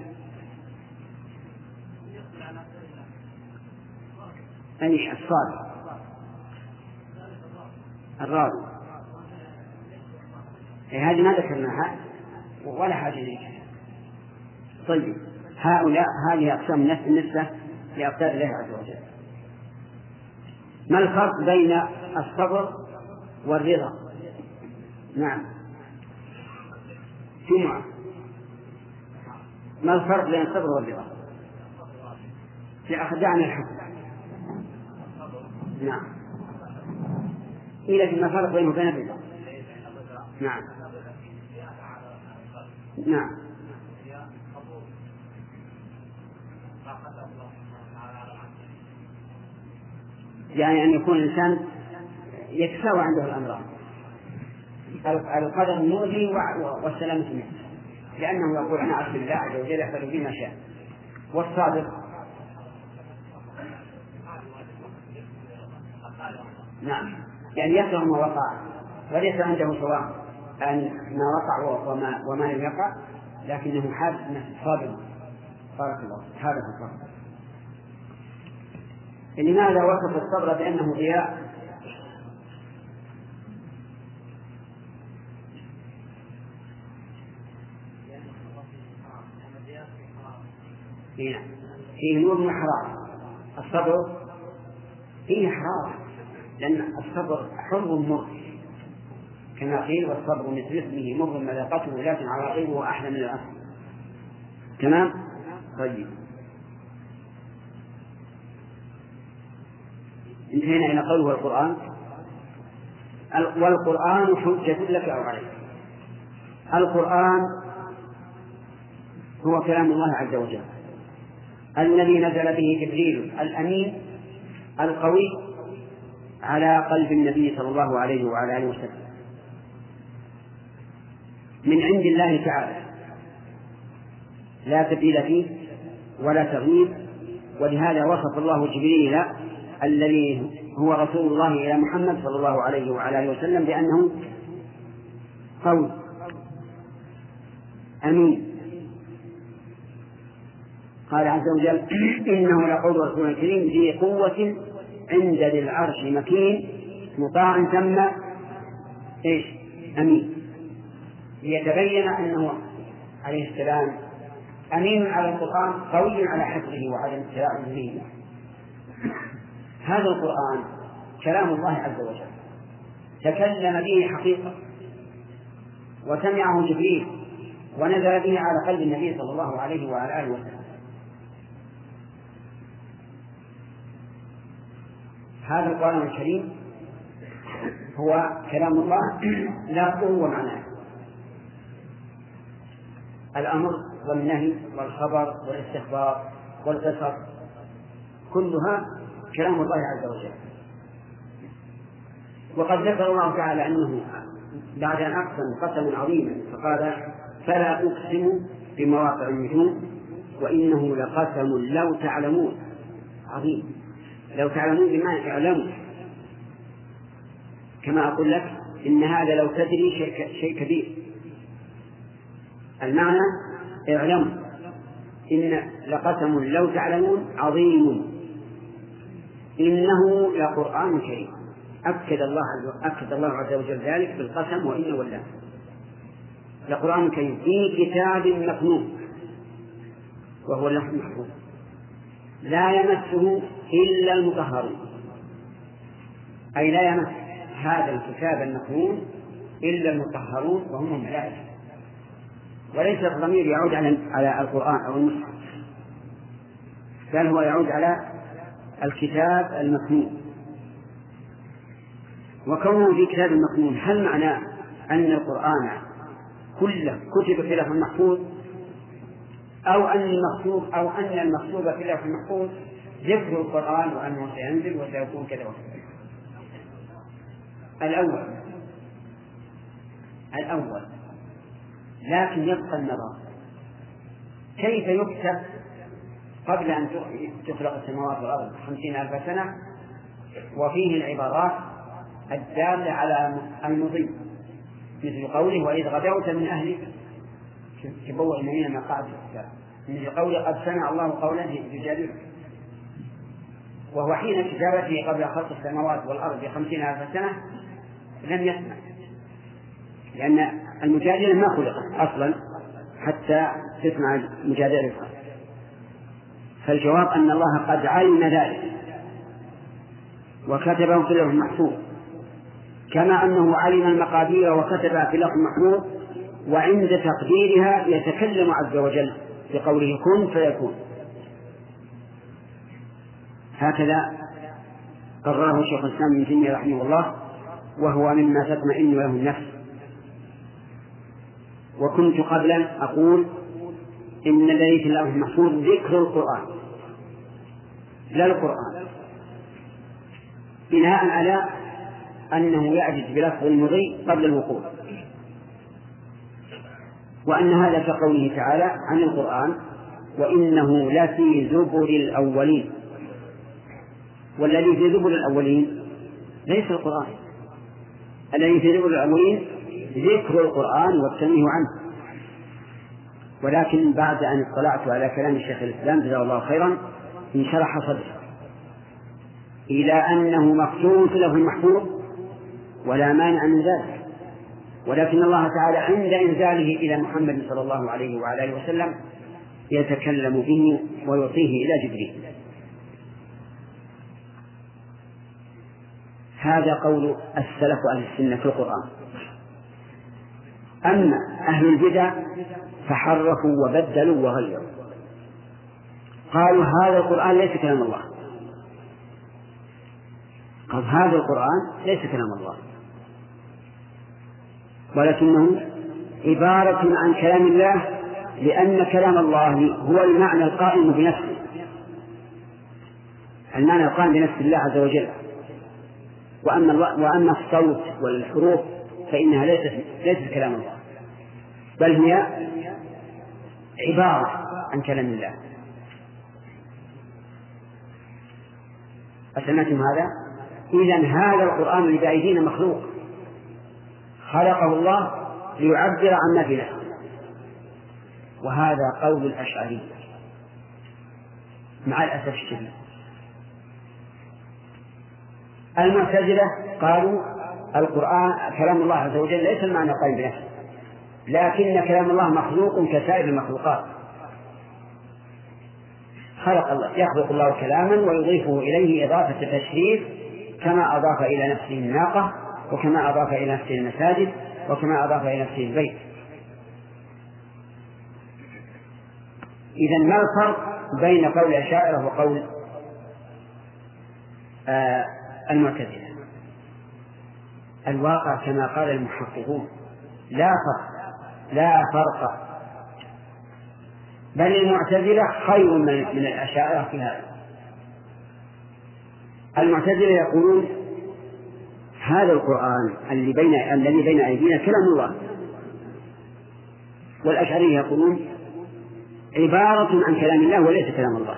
أي الصادق الراوي. هذه ما ذكرناها ولا حاجة إليها. طيب، هؤلاء هذه أقسام الناس بالنسبة لأقدار الله عز وجل. ما الفرق بين الصبر والرضا؟ نعم، جمعة. ما الفرق بين الصبر والرضا؟ لأخدعنا الحكم. نعم، إلى ما فرق بينه وبين الرضا. نعم، نعم. يعني أن يكون الإنسان يتساوى عنده الأمران، القدر المؤذي والسلامة منه، لأنه يقول أنا أعرف الله عز وجل يحفظ بي ما شاء. والصادق نعم، يعني يكره ما وقع وليس عنده سواء أن ما وقع وما لم يقع، لكنه حاسس أنه صادق. بارك الله هذا هو الصبر. لماذا وصف الصبر بأنه ضياء؟ فيه نور وحرارة. الصبر فيه حرارة، لأن الصبر حر مر كما قيل، والصبر مثل اسمه مر مذاقته لكن عواقبه أحلى من الأصل. تمام. طيب انتهينا إلى قوله القرآن. والقرآن حجة لك أو عليك. القرآن هو كلام الله عز وجل الذي نزل به جبريل الأمين القوي على قلب النبي صلى الله عليه وعلى آله وسلم من عند الله تعالى، لا تبديل فيه ولا تغيير. ولهذا وصف الله جبريل الذي هو رسول الله إلى محمد صلى الله عليه وعلى آله وسلم بأنه قول أمين. قال عز وجل إنه لقول رسول كريم ذي قوة عند ذي العرش مكين مطاع ثم أمين، ليتبين أنه عليه السلام أمين على القرآن قوي على حفظه وعدم ابتلاء به. هذا القرآن كلام الله عز وجل تكلم به حقيقة، وسمعه جبريل ونزل به على قلب النبي صلى الله عليه وعلى آله وسلم. هذا القرآن الكريم هو كلام الله لا هو معناه. الأمر والنهي والخبر والاستخبار والقصص كلها كلام الله عز وجل. وقد ذكر الله تعالى أنه بعد أن أقسم قسما عظيما فقال فلا أقسم بمواقع النجوم وإنه لقسم لو تعلمون عظيم. لو تعلمون بما يعلمون، كما أقول لك إن هذا لو تدري شيء كبير. المعنى اعلموا إن لقسم لو تعلمون عظيم إنه لقرآن كريم. أكد الله عز وجل ذلك بالقسم وإن والله. لقرآن كريم في كتاب مكنون وهو اللوح المحفوظ لا يمسه إلا المطهرون، أي لا يمس هذا الكتاب المكنون إلا المطهرون وهم الملائكة. وليس الضمير يعود على القرآن أو المصحف، بل هو يعود على الكتاب المكنون. وكونه في كتاب مكنون هل معناه أن القرآن كله كتب في لوح محفوظ، أو أن المكتوب في لوح محفوظ ذكر القرآن وأنه سينزل وسيكون كذا وكذا؟ الأول لكن يبقى النظر كيف يكتب قبل أن تخلق السماوات والأرض 50,000 سنة، وفيه العبارات الدالة على المضي مثل قوله وإذ غدوت من أهلك تبوأ المؤمنين مقاعد الكتاب، مثل قوله قد سمع الله قولا يجادلك. وهو حين كتابته قبل خلق السماوات والأرض 50,000 سنة لم يسمع، لأن المجادلة ما خلقت أصلا حتى تسمع المجادلة. فالجواب أن الله قد علم ذلك وكتبه في اللوح المحفوظ، كما أنه علم المقادير وكتبها في اللوح المحفوظ، وعند تقديرها يتكلم عز وجل بقوله كن فيكون. هكذا قرره شيخ الإسلام ابن تيمية رحمه الله، وهو مما تطمئن له النفس. وكنت قبلا أقول إن الذي في اللوح المحفوظ ذكر القرآن لا القرآن، بناء على أنه يعجز بلفظ المضي قبل الوقوع، وأن هذا كقوله تعالى عن القرآن وإنه لفي زبر الأولين، والذي في زبر الأولين ليس القرآن، الذي في زبر الأولين ذكر القرآن والتنويه عنه. ولكن بعد أن اطلعت على كلام الشيخ الإسلام جزاه الله خيرا انشرح صدري إلى أنه مكتوب في اللوح المحفوظ ولا مانع من ذلك، ولكن الله تعالى عند إنزاله إلى محمد صلى الله عليه وعلى آله وسلم يتكلم به ويعطيه إلى جبريل. هذا قول السلف أهل السنة في القرآن. أما أهل البدع فحرفوا وبدلوا وغيروا، قالوا هذا القرآن ليس كلام الله، قال هذا القرآن ليس كلام الله ولكنه عبارة عن كلام الله، لأن كلام الله هو المعنى القائم بنفسه، المعنى القائم بنفس الله عز وجل. وأما الصوت والحروف فإنها ليست كلام الله، بل هي عبارة عن كلام الله. أسمعتم هذا؟ إذن هذا القرآن اللي بأيدينا مخلوق، خلقه الله ليعبر عن ما في نفسه، وهذا قول الأشعري مع الأسف الشديد. المعتزلة قالوا القرآن كلام الله عز وجل ليس المعنى القائم بنفسه، لكن كلام الله مخلوق كسائر المخلوقات، يخلق الله كلاما ويضيفه إليه إضافة تشريف، كما أضاف إلى نفسه الناقة، وكما أضاف إلى نفسه المساجد، وكما أضاف إلى نفسه البيت. إذن ما الفرق بين قول الأشاعرة وقول المعتزلة؟ الواقع كما قال المحققون لا فرق، بل المعتزلة خير من الأشاعرة في هذا. المعتزلة يقولون هذا القرآن الذي بين أيدينا كلام الله، والأشعرية يقولون عبارة عن كلام الله وليس كلام الله،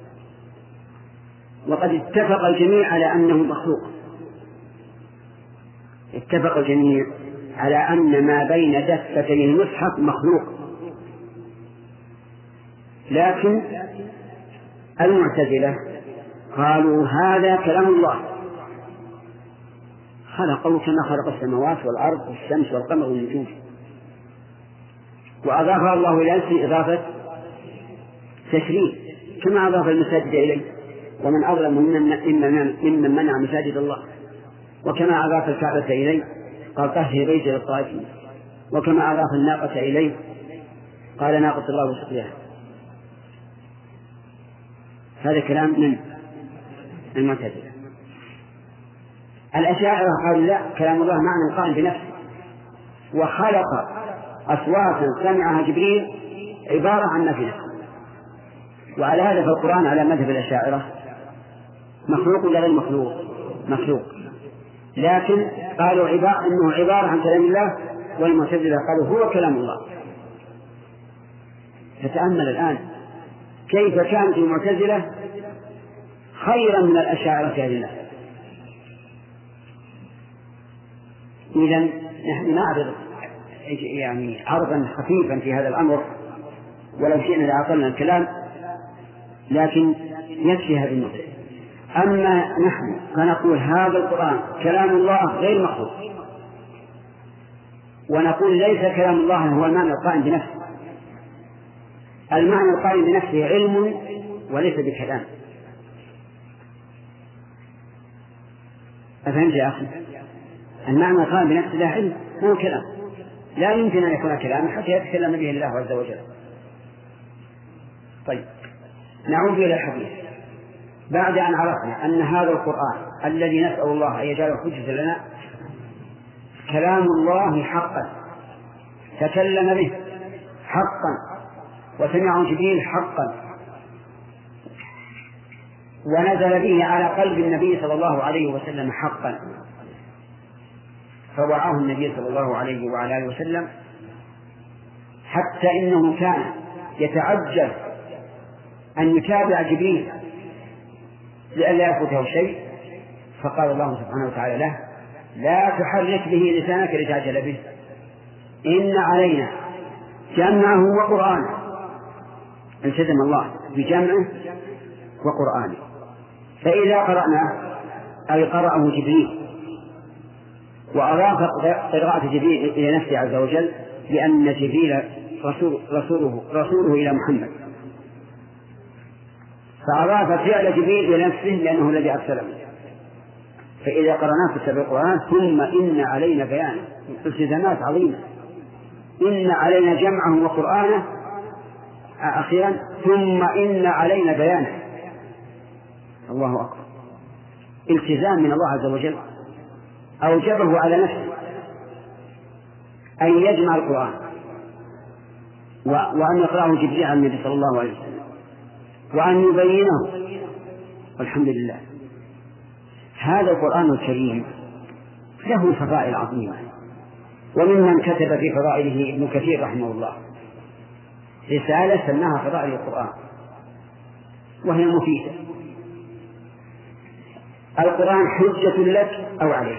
وقد اتفق الجميع على أنه مخلوق، اتفق الجميع على أن ما بين دفتي المصحف مخلوق. لكن المعتزلة قالوا هذا كلام الله، خلقه كما خلق السماوات والأرض والشمس والقمر والنجوم، وأضافها الله إلى نفسه إضافة تشريف، كما أضاف المساجد إليه، ومن أظلم ممن منع مساجد الله، وكما أضاف الكعبة إليه قال طهر بيتي للطائفين، وكما أضاف الناقة إليه قال ناقة الله وسقياها. هذا كلام من المعتزلة. الأشاعرة قالوا لا، كلام الله معنى قائم بنفسه، وخلق أصواتا سمعها جبريل عبارة عن نفسه. وعلى هذا فالقرآن على مذهب الأشاعرة مخلوق ولا غير مخلوق؟ مخلوق، لكن قالوا إنه عبارة عن كلام الله، والمعتزلة قالوا هو كلام الله. فتأمل الآن كيف كانت المعتزلة خيرا من الأشاعرة في هذه المسألة. إذن نحن نعرض يعني عرضا خفيفا في هذا الأمر، ولو شئنا لأطلنا الكلام، لكن يكفي هذه النقطة. أما نحن فنقول هذا القرآن كلام الله غير مخلوق، ونقول ليس كلام الله هو المعنى القائم بنفسه، المعنى القائم بنفسه علم وليس بكلام. أفهمت يا أخي؟ المعنى القائم بنفسه لا علم، هو كلام، لا يمكن أن يكون كلاما حتى يتكلم به الله عز وجل. طيب، نعود إلى الحديث. بعد أن عرفنا أن هذا القرآن الذي نسأل الله أن يجعله حجة لنا كلام الله حقا، تكلم به حقا، وسمعه جبريل حقا، ونزل به على قلب النبي صلى الله عليه وسلم حقا، فوعاه النبي صلى الله عليه وعلى آله وسلم، حتى إنه كان يتعجل أن يتابع جبريل لئلا يفوته شيء، فقال الله سبحانه وتعالى له: لا تحرك به لسانك لتعجل به، إن علينا جمعه وقرآنه. التزم الله بجمعه وقرآنه، فإذا قرأناه أي قرأه جبريل، وأضاف قراءة جبريل إلى نفسه عز وجل، لأن جبريل رسوله إلى محمد، فأضاف فعل جبريل إلى نفسه لأنه الذي أرسله. فإذا قرأناه في سبع القرآن ثم إن علينا بيانه، التزامات عظيمة، إن علينا جمعه وقرآنه، أخيرا ثم إن علينا بيانه. الله أكبر، التزام من الله عز وجل أوجبه على نفسه أن يجمع القرآن وأن يقرأه جبريل على النبي صلى الله عليه وسلم وأن يبينه. والحمد لله، هذا القرآن الكريم له فضائل عظيمة، وممن كتب في فضائله ابن كثير رحمه الله رسالة سماها فضائل القرآن، وهي مفيدة. القرآن حجة لك أو عليك،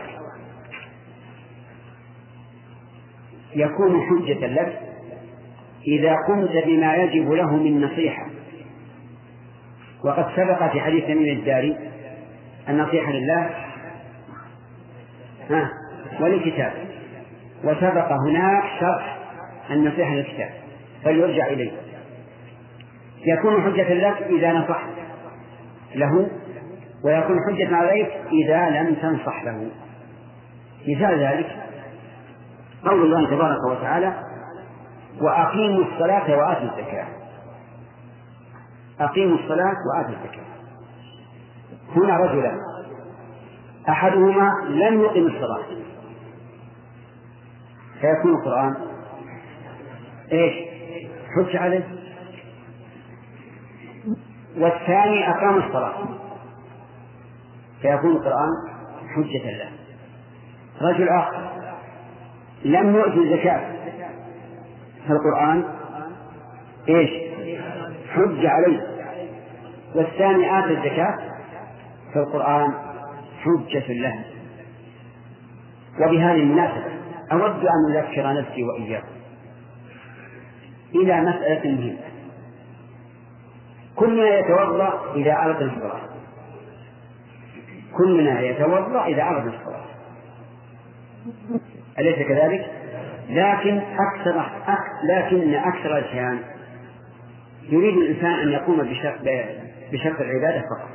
يكون حجة لك إذا قمت بما يجب له من نصيحة، وقد سبق في حديث تميم الداري النصيحة لله ولكتاب، وسبق هناك شرح النصيحة للكتاب فليرجع إليه. يكون حجة لك إذا نصحت له، ويكون حجة عليك إذا لم تنصح له. مثال ذلك قول الله تبارك وتعالى: وأقيموا الصلاة وآتوا الزكاة. أقيموا الصلاة وآتوا الزكاة. هنا رجلان، أحدهما لم يقم الصلاة، فيكون القرآن حج عليه، والثاني أقام الصلاة فيكون القرآن حجة له. رجل آخر لم يؤتي الزكاة، فالقرآن حج عليه، والثاني آتى الزكاة، فالقرآن حجة له. وبهذه المناسبة أود أن أذكر نفسي وإياكم إلى مسألة مهمة. كلنا يتوضأ إذا أردنا الصلاة، كلنا يتوضأ إذا أردنا الصلاة، أليس كذلك؟ لكن أكثر الأحيان يريد الإنسان أن يقوم بشرط العبادة فقط،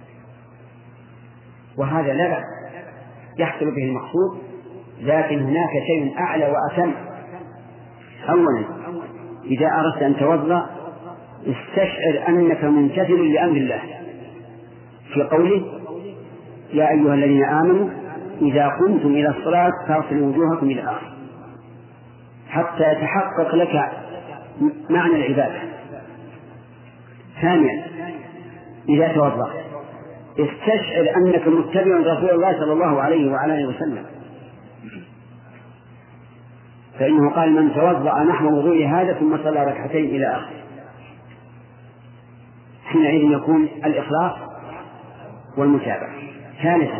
وهذا لا بأس، يحصل به المقصود، لكن هناك شيء أعلى وأتم. أولا، إذا أردت أن توضأ استشعر أنك ممتثل لأمر الله في قوله: يا أيها الذين آمنوا إذا قمتم إلى الصلاة فاغسلوا وجوهكم إلى الآخر، حتى يتحقق لك معنى العبادة. ثانيا، إذا توضأ استشعر أنك متبع رسول الله صلى الله عليه وعلى آله وسلم، فإنه قال: من توضأ نحو وضوء هذا ثم صلى ركعتين إلى آخر. حينئذ يكون الإخلاص والمتابعة. ثالثا،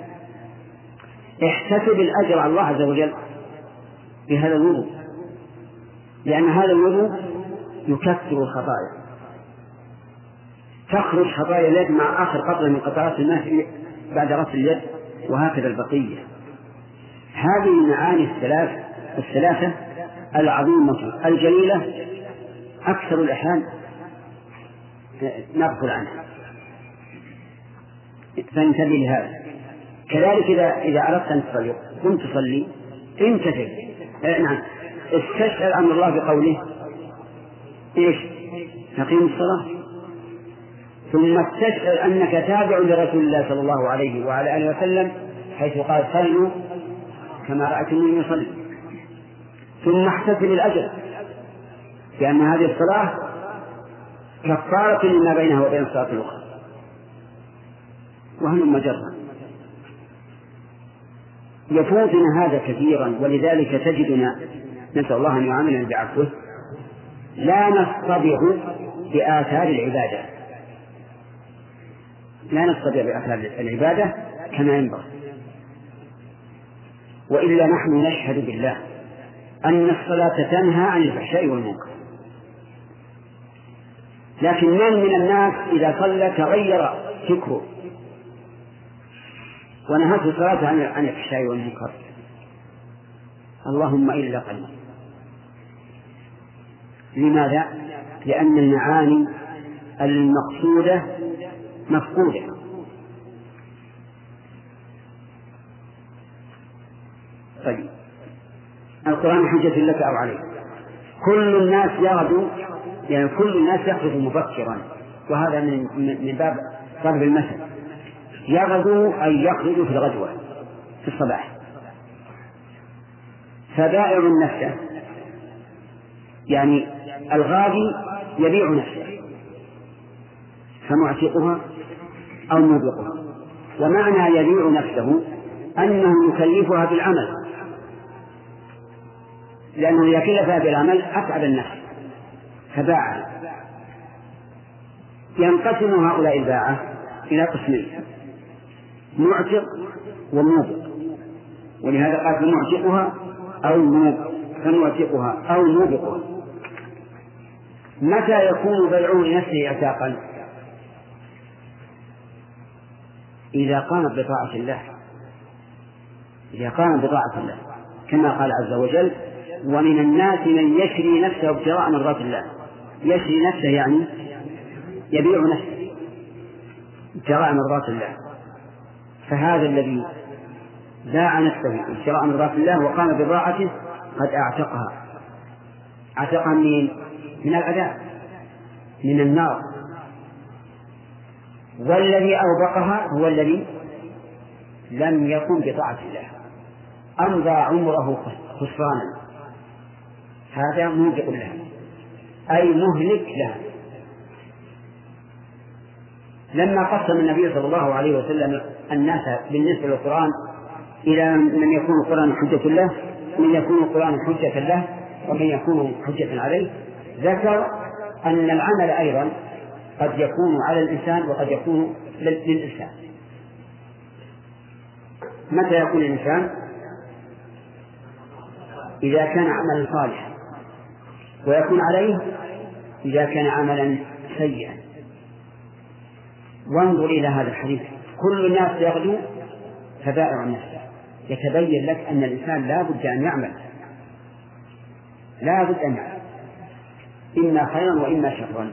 احتسب الأجر على الله عز وجل بهذا الوضوء، لأن هذا الوضوء يكثر الخطايا، تخرج خطايا اليد مع آخر قطرة من قطرات الماء بعد غسل اليد، وهكذا البقية. هذه المعاني الثلاثة العظيمة الجليلة أكثر الأحيان نغفل عنها، فانتبه لهذا. كذلك إذا أردت أن تصلي قم تصلي انتبه، استشعر أمر الله بقوله: نقيم الصلاة، ثم استشعر أنك تابع لرسول الله صلى الله عليه وعلى آله وسلم، حيث قال: صلوا كما رأيتموني يصلي. ثم احتسب الأجر، لأن هذه الصلاة كفارة لما بينها وبين الصلاة الأخرى. وهل مجرد يفوتنا هذا كثيرا، ولذلك تجدنا نسأل الله أن يعاملنا بعفوه لا نصطبع بآثار العبادة، لا نصطبع بآثار العبادة كما ينبغي. وإلا نحن نشهد بالله أن الصلاة تنهى عن الفحشاء والمنكر، لكن من الناس إذا صلى تغير فكره ونهته الصلاة عن الفحشاء والمنكر، اللهم إلا قليل. لماذا؟ لأن المعاني المقصودة مفقودة. طيب، القرآن حجة لك أو عليك. كل الناس يغدو، يعني كل الناس يخرج مبكرا، وهذا من باب ضرب المثل. يغدو أي يخرج في الغدوة في الصباح، فبائع نفسه، يعني الغادي يبيع نفسه، فمعتقها أو موبقها. ومعنى يبيع نفسه أنه يكلفها بالعمل، لأنه إذا كلفها بالعمل أتعب النفس فباعها. ينقسم هؤلاء الباعة إلى قسمين: معتق وموبق، ولهذا قال معتقها أو موبق، فمعتقها أو موبقها. متى يكون بيعه لنفسه اعتاقا؟ إذا قام بطاعة الله، إذا قام بطاعة الله، كما قال عز وجل: ومن الناس من يشري نفسه ابتغاء مرضات الله. يشري نفسه يعني يبيع نفسه ابتغاء مرضات الله. فهذا الذي باع نفسه ابتغاء مرضات الله وقام بطاعته قد اعتقها. اعتقها من العذاب، من النار. والذي أوبقها هو الذي لم يقم بطاعة الله، أمضى عمره خسرانا، هذا موبق لها أي مهلك لها. لما قسم النبي صلى الله عليه وسلم الناس بالنسبة للقرآن إلى من يكون القرآن حجة له، من يكون القرآن حجة له، ومن يكون حجة عليه، ذكر أن العمل أيضا قد يكون على الإنسان وقد يكون للإنسان. متى يكون الإنسان؟ إذا كان عملا صالحا، ويكون عليه إذا كان عملا سيئا. وانظر إلى هذا الحديث: كل الناس يغدو فبائع نفسه. يتبين لك أن الإنسان لا بد أن يعمل، لا بد أن يعمل، إما خيرا وإما شرا.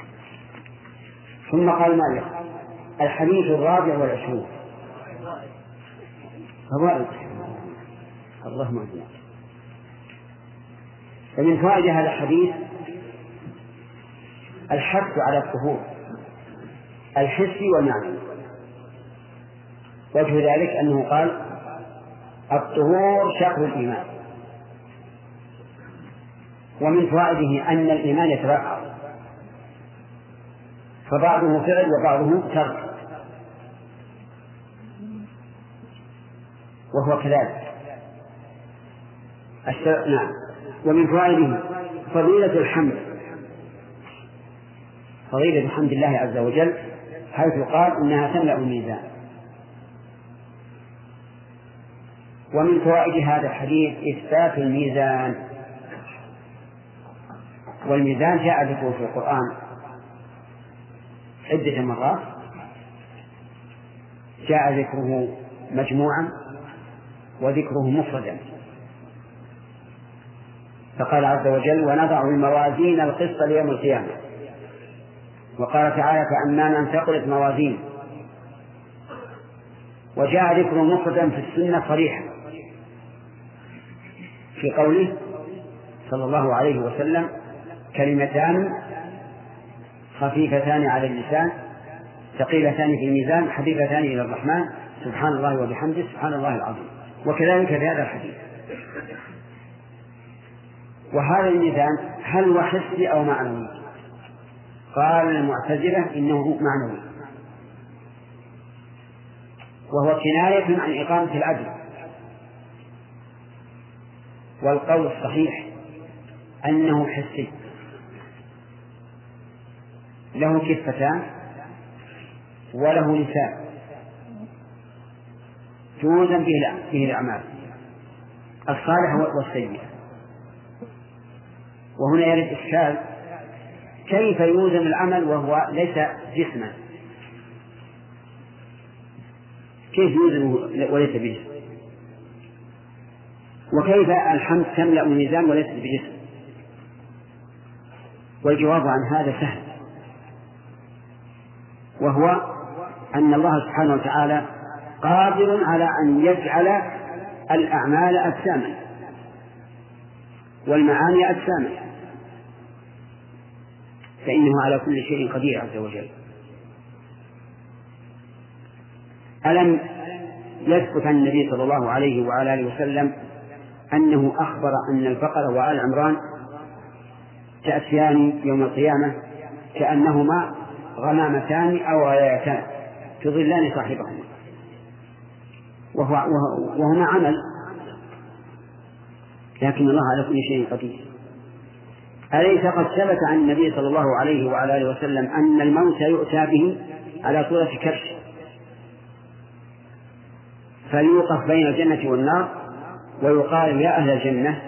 ثم قال مالك: الحديث 24. فوائد اللهم أجمع. ومن فوائد هذا الحديث الحث على الطهور الحسي والمعنوي. وجه ذلك أنه قال: الطهور شطر الإيمان. ومن فوائده أن الإيمان يتبعض، فبعضه فعل وبعضه ترك، وهو كذلك. نعم. ومن فوائده فضيلة الحمد، فضيلة حمد الله عز وجل، حيث قال: إنها تملأ الميزان. ومن فوائد هذا الحديث إثبات الميزان. والميزان جاء ذكره في القرآن عدة مرات، جاء ذكره مجموعا وذكره مفردا. فقال عز وجل: ونضع الموازين القسط ليوم القيامة. وقال تعالى: فأما من ثقلت موازين. وجاء ذكره مفردا في السنة صريحا في قوله صلى الله عليه وسلم: كلمتان خفيفتان على اللسان ثقيلتان في الميزان حبيبتان إلى الرحمن سبحان الله وبحمده سبحان الله العظيم. وكذلك في هذا الحديث. وهذا الميزان هل هو حسي أو معنوي؟ قال المعتزلة إنه معنوي، وهو كناية عن إقامة العدل. والقول الصحيح أنه حسي، له كفتان وله لسان توزن به الأعمال الصالحة والسيئة. وهنا يرد إشكال: كيف يوزن العمل وهو ليس جسما؟ كيف يوزن وليس بجسم؟ وكيف الحمد تملأ الميزان وليس بجسم؟ والجواب عن هذا سهل، وهو أن الله سبحانه وتعالى قادر على أن يجعل الأعمال أجساما والمعاني أجساما، فإنه على كل شيء قدير عز وجل. ألم يثبت عن النبي صلى الله عليه وعلى آله وسلم أنه أخبر أن البقرة وآل عمران تأتيان يوم القيامة كأنهما غمامتان أو غيايتان تظلان صاحبهما، وهما عمل، لكن الله على كل شيء قدير. أليس قد ثبت عن النبي صلى الله عليه وعلى آله وسلم أن الموت يؤتى به على صورة كبش فليوقف بين الجنة والنار ويقال: يا أهل الجنة،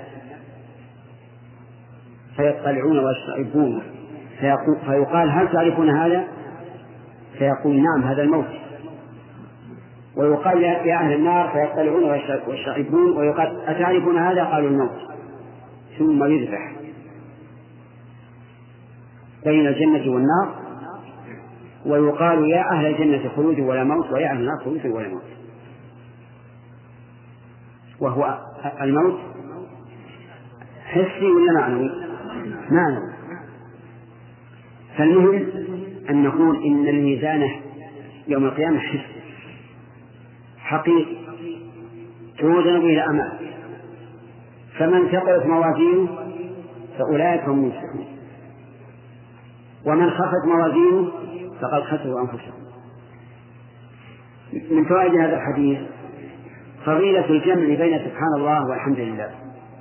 فيطلعون ويستعبون فيقال: هل تعرفون هذا؟ فيقول: نعم، هذا الموت. ويقال: يا أهل النار، فيطلعون ويستعبون ويقال: أتعرفون هذا؟ قالوا: الموت. ثم يذبح بين الجنة والنار ويقال: يا أهل الجنة خلود ولا موت، ويا أهل النار خلود ولا موت. وهو الموت حسي ولا معنوي؟ معنوي. فالمهم أن نقول إن الميزان يوم القيامة حسي حقيقي توزن به الأعمال، فمن ثقلت موازينه فأولئك هم المفلحون، ومن خفت موازينه فقد خسروا أنفسهم. من فوائد هذا الحديث فضيلة الجمع بين سبحان الله والحمد لله،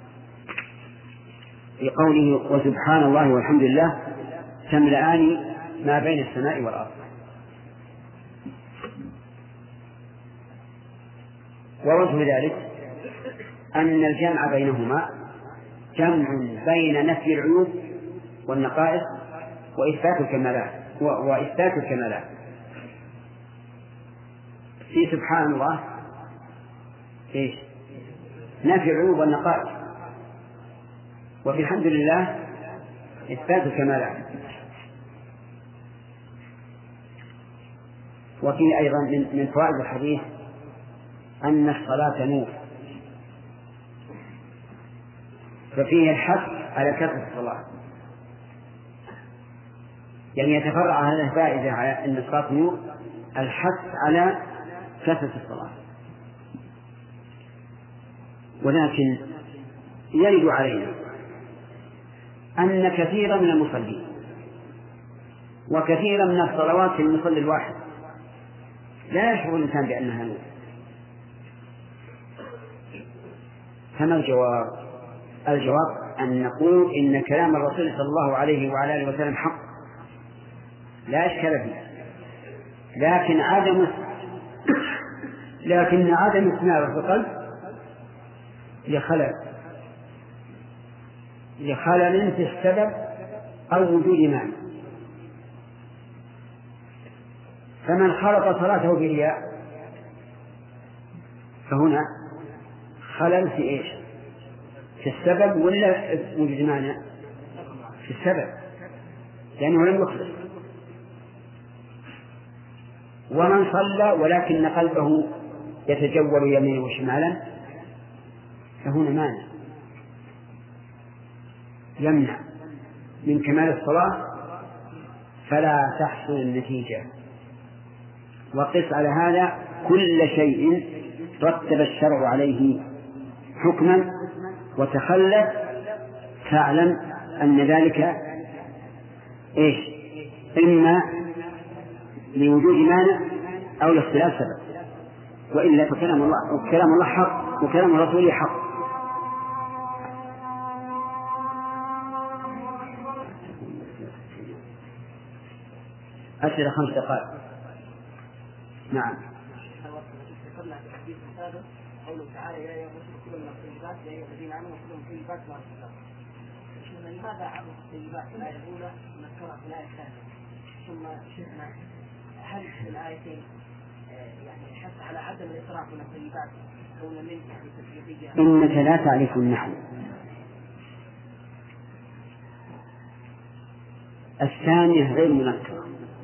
في قوله: وسبحان الله والحمد لله تملأان ما بين السماء والأرض. ووجه ذلك أن الجمع بينهما جمع بين نفي العيوب والنقائص وإثبات الكمالات. في سبحان الله إيش؟ نفي العيوب والنقائص، وفي الحمد لله إثبات الكمالات. وفي أيضا من فوائد الحديث أن الصلاة نور، ففيه الحث على كثرة الصلاة، يعني يتفرع هذه الفائدة على أن الصلاة نور، الحث على كثرة الصلاة. ولكن يرد علينا أن كثيرا من المصلين وكثيرا من الصلوات في المصلي الواحد لا يشعر الإنسان بأنها نور. فما الجواب؟ الجواب أن نقول إن كلام الرسول صلى الله عليه وعلى آله وسلم حق لا إشكال فيه، لكن عدم استنارة القلب لخلل في السبب أو وجود مانع. فمن خلط صلاته برياء فهنا خلل في إيش؟ في السبب ولا وجود مانع؟ في السبب، لأنه لم يخلص. ومن صلى ولكن قلبه يتجول يمينا وشمالا فهنا مانع يمنع من كمال الصلاة، فلا تحصل النتيجة. وقس على هذا كل شيء رتب الشرع عليه حكما وتخلف فاعلم أن ذلك إيش؟ إما لوجود مانع أو لاختلاف سبب، وإلا فكلام الله حق وكلام الرسول حق. أسئلة 5 دقائق. نعم. ذكرنا في الحديث السابق قوله تعالى يا أيها الرسل كلوا من الطيبات يا أيها الذين آمنوا كلوا من الطيبات ما رزقناكم. لماذا عرض الطيبات في الآية الأولى ونذكرها في الآية الثانية؟ ثم شفنا هل في الآيتين يعني حث على عدم الإسراف من الطيبات كون من يعني تسبيحية؟ إنك لا تعرف النحو. الثانية غير منكرة.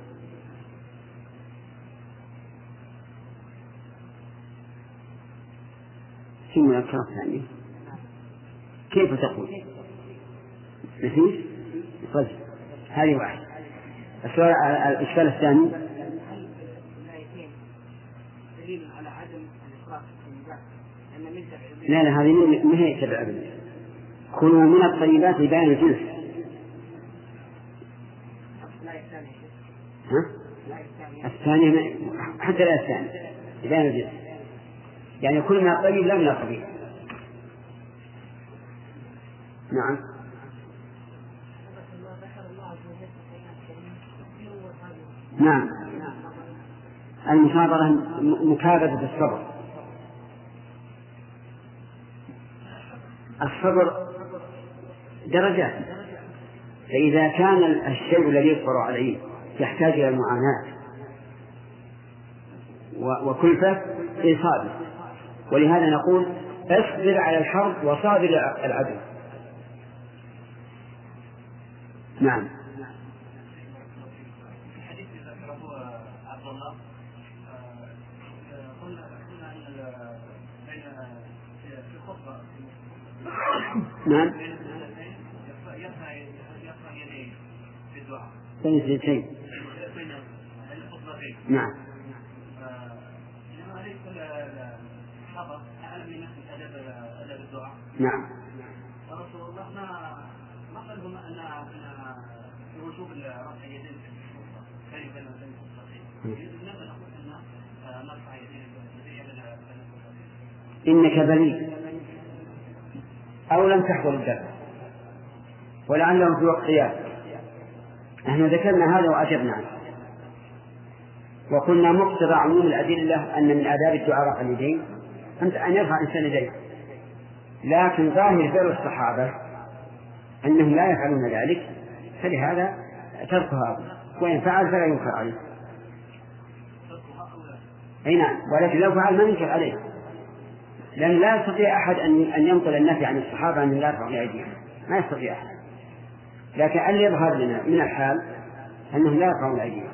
في منكرة ثانية كيف تقول؟ نفيس؟ طيب هذه واحد. الإشكال الثاني لا هذه ما هي تبع أبدا. كلوا من الطيبات بيان الجنس. الثانية حتى لا الثانية بيان الجنس، يعني كل ما طيب لا من الطبيعي. نعم. نعم. المصابرة مكابدة الصبر. الصبر درجات، فإذا كان الشيء الذي يصبر عليه يحتاج إلى المعاناة وكلفة إصابة، ولهذا نقول اصبر على الحرب وصابر العدو. نعم. نعم. سنتين. نعم. نعم. ورسول الله ما قال لهم أن وجوب رفع يدين كيف لماذا نقول أن نرفع يدين إنك بريء أو لم تحضر الدرس ولعله في وقت قيام. نحن ذكرنا هذا وأجبنا عنه وقلنا مقتضى عموم الأدلة أن من آداب الدعاء رفع اليدين أن يرفع الإنسان يديه، لكن ظاهر فعل الصحابة أنهم لا يفعلون ذلك، فلهذا تركها، وإن فعل فلا ينكر عليه. أي نعم، ولكن لو فعل ما ينكر عليه، لأن لا يستطيع أحد أن ينقل النفي عن الصحابة أن لا يرفعون أيديهم، ما يستطيع أحد، لكن أن يظهر لنا من الحال أنهم لا يرفعون أيديهم.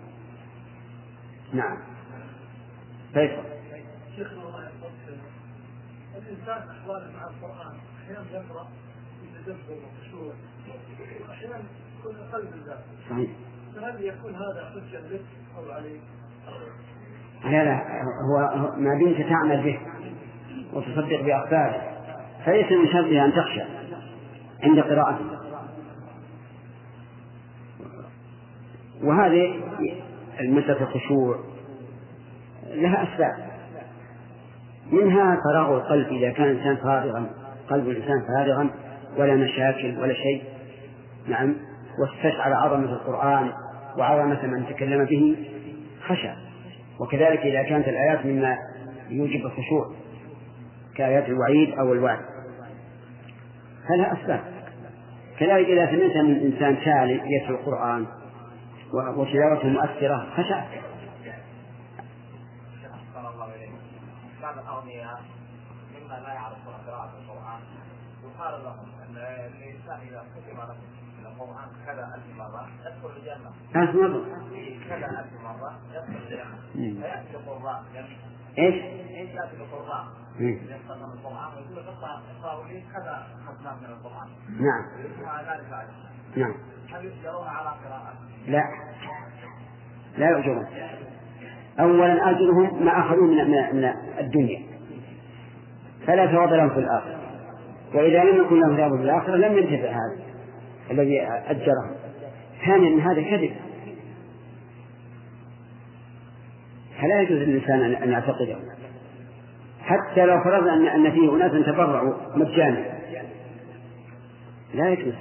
نعم. فيصل. شيخنا الله يحفظك، الإنسان أحواله مع القرآن أحيانا يقرأ بتدبر وخشوع وأحيانا يكون أقل من ذلك. صحيح. فهل يكون هذا حجة لك أو عليك؟ لا هو ما دمت تعمل به وتصدق بأخباره فليس من شرطها أن تخشى عند قراءته. وهذه المسألة الخشوع لها أسباب، منها فراغ القلب. إذا كان الإنسان فارغا، قلب الإنسان فارغا ولا مشاكل ولا شيء، نعم، واستشعر عظمة القرآن وعظمة من تكلم به خشع. وكذلك إذا كانت الآيات مما يوجب الخشوع كآيات الوعيد أو الوعد فلها أسباب. كذلك إذا سمعت من إنسان تالي يتلو القرآن وتلاوته مؤثرة خشع. بعض الأغنياء مما لا يعرفون قراءة القرآن يقال لهم أن الإنسان إذا ختم له القرآن كذا 1000 مرة يدخل الجنة. 1000 مرة؟ كذا 1000 مرة يدخل الجنة. فيأتي القراء. إيش؟ يأتي القراء يقرأون القرآن ويقول اقرأوا لي كذا ختمات من القرآن. نعم. ويسمع ذلك عليه. نعم. هل يؤجرون على قراءة؟ لا يؤجرون. أولا أجرهم ما أخذوا من الدنيا فلا ثواب لهم في الآخرة، وإذا لم يكن له ثواب في الآخرة لم ينتفع هذا الذي أجره. ثانيا أن هذا كذب، فلا يجوز للإنسان أن يعتقده، حتى لو فرضنا أن فيه أناس تبرعوا مجانا لا يجوز.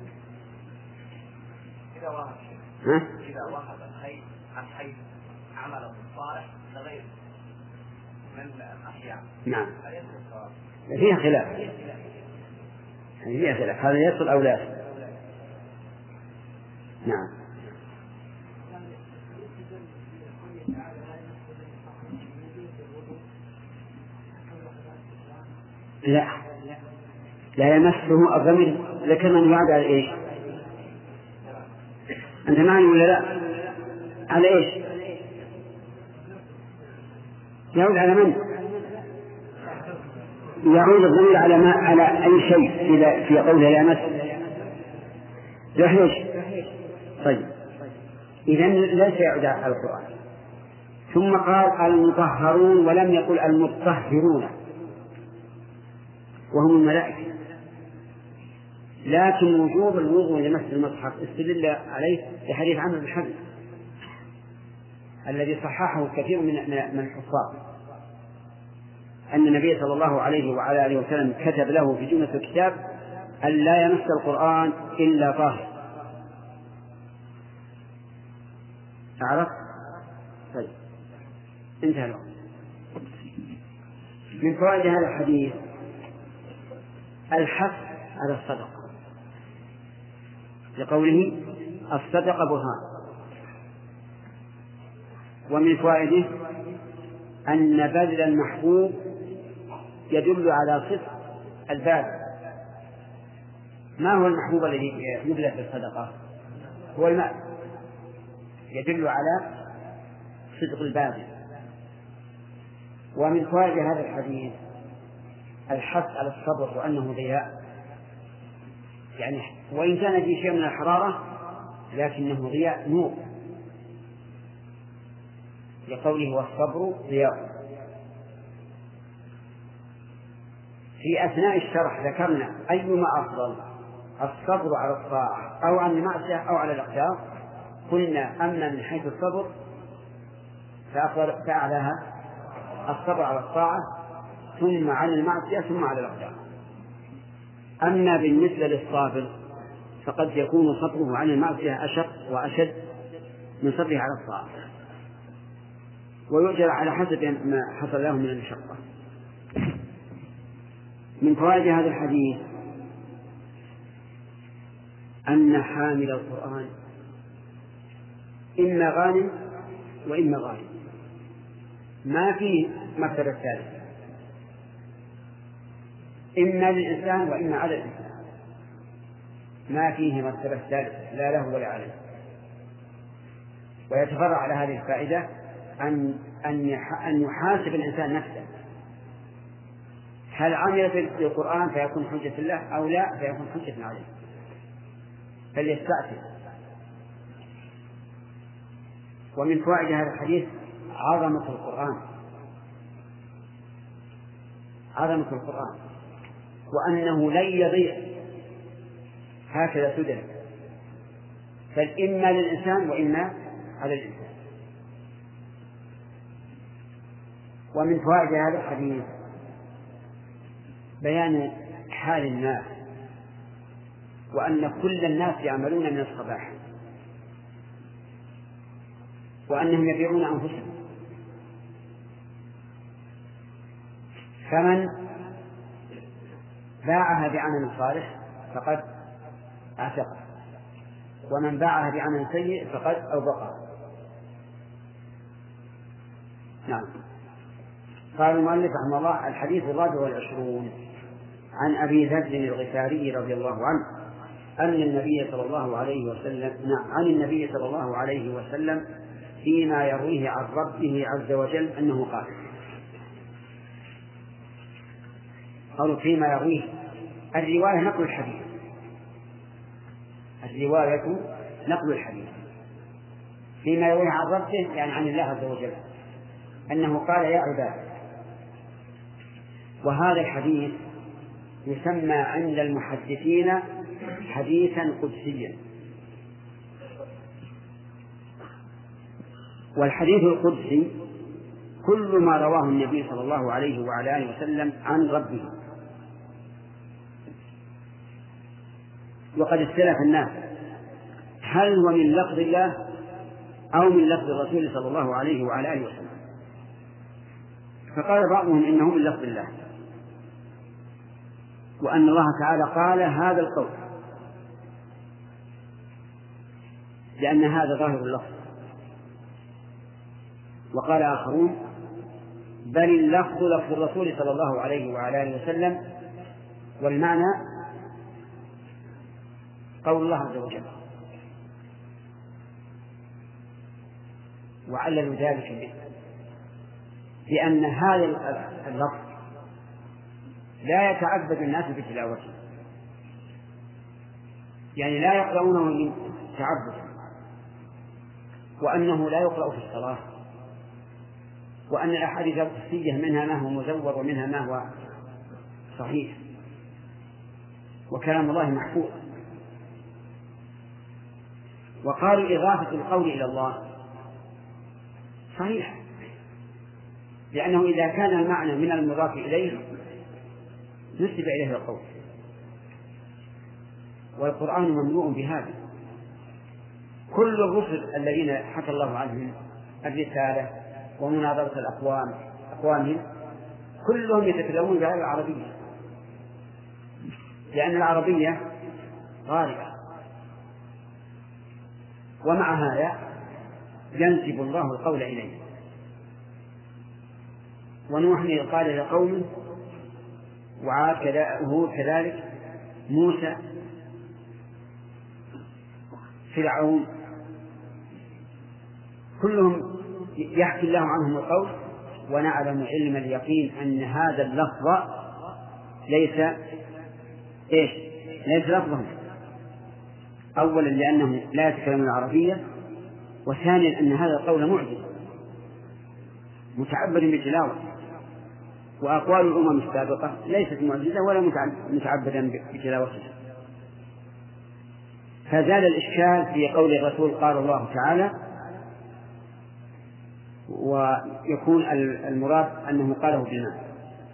إذا وهب الخير عن حيث عمله الصالح لغير من الأحياء نعم فيها خلاف، هذا يصل أو لا. نعم لا يمسه الضمير ذكر من يعود على إيش؟ أنت معي ولا لا؟ على إيش؟ يعود على من؟ يعود الضمير على ما على أي شيء إذا في قوله لا يمس يحوش. طيب إذن ليس يعود على القرآن. ثم قال المطهرون ولم يقل المطهرون وهم الملائكة، لكن وجوب الوضوء لمس المصحف استدل عليه بحديث عمرو بن حزم الذي صححه كثير من الحفاظ أن النبي صلى الله عليه وعلى آله وسلم كتب له في جملة الكتاب أن لا يمس القرآن إلا طاهر. أعرف؟ طيب انتهى له. من فوائد هذا الحديث الحث على الصدقة لقوله الصدقة برهان. ومن فوائده أن بذل المحبوب يدل على صدق الباب. ما هو المحبوب الذي يبذل في الصدقة؟ هو المال، يدل على صدق الباب. ومن فوائد هذا الحديث الحث على الصبر وأنه ضياء، يعني وإن كان فيه شيء من الحرارة لكنه ضياء نور، لقوله والصبر ضياء. في أثناء الشرح ذكرنا أيما أفضل الصبر على الطاعة أو عن المعصية أو على الأقدار. قلنا أما من حيث الصبر فأعلاها الصبر على الطاعة ثم على المعصية ثم على الأقدار. أما بالنسبة للصابر فقد يكون صبره عن المعصية أشق وأشد من صبره على الطاعة، ويؤجر على حسب ما حصل له من المشقة. من فوائد هذا الحديث أن حامل القرآن إما غانم وإما غانم، ما فيه مرتبة ثالثة، إما للإنسان وإما على الإنسان، ما فيه مرتبة ثالثة لا له ولا عليه. ويتفرع على هذه الفائدة أن يحاسب الإنسان نفسه، هل عمل بالقرآن فيكون حجة الله أو لا فيكون حجة عليه، فليستعتب. ومن فوائد هذا الحديث عظمة القرآن، عظمة القرآن، وأنه لن يضيع هكذا سدى، فإما للإنسان وإما على الإنسان. ومن فوائد هذا الحديث بيان حال الناس، وأن كل الناس يعملون من الصباح، وأنهم يبيعون أنفسهم، فمن باعها بعمل صالح فقد اعتقه، ومن باعها بعمل سيء فقد أوبقها. نعم. قال المؤلف رحمه الله: الحديث 24 عن أبي ذر الغفاري رضي الله عنه أن النبي صلى الله عليه وسلم عن النبي صلى الله عليه وسلم فيما يرويه عن ربه عز وجل أنه قال. قالوا فيما يرويه، الرواية نقل الحديث، الرواية نقل الحديث. فيما يرويه عن ربه يعني عن الله عز وجل أنه قال: يا عباد. وهذا الحديث يسمى عند المحدثين حديثا قدسيا. والحديث القدسي كل ما رواه النبي صلى الله عليه وعلى آله وسلم عن ربه. وقد اختلف الناس هل هو من لفظ الله أو من لفظ الرسول صلى الله عليه وعلى آله وسلم، فقال بعضهم إنه من لفظ الله، وأن الله تعالى قال هذا القول لأن هذا ظاهر اللفظ. وقال آخرون بل اللفظ لفظ الرسول صلى الله عليه وعلى آله وسلم، والمعنى قول الله عز وجل. وعللوا ذلك بأن هذا اللفظ لا يتعبد الناس بتلاوته، يعني لا يقرؤونه تعبدا، وأنه لا يقرأ في الصلاة، وأن الأحاديث القدسية منها ما هو مزور ومنها ما هو صحيح، وكلام الله محفوظ. وقالوا إضافة القول إلى الله صحيح، لأنه إذا كان المعنى من المضاف إليه نسب إليه القول، والقرآن مملوء بهذا. كل الرسل الذين حكى الله عنهم الرسالة ومناظرة أقوامهم كلهم يتكلمون بهذه العربية، لأن العربية غالبة. ومع هذا ينسب الله القول إليه. ونوح قال لقومه، وعاد كذلك، موسى، فرعون، كلهم يحكي الله عنهم القول. ونعلم علم اليقين أن هذا اللفظ ليس لفظهم، أولا لأنهم لا يتكلمون العربية، وثانيا أن هذا القول معجز متعبد بتلاوة، وأقوال الأمم السابقة ليست معجزة ولا متعبدا بتلاوتها. فزال الإشكال في قول الرسول قال الله تعالى، ويكون المراد أنه قاله بالماء.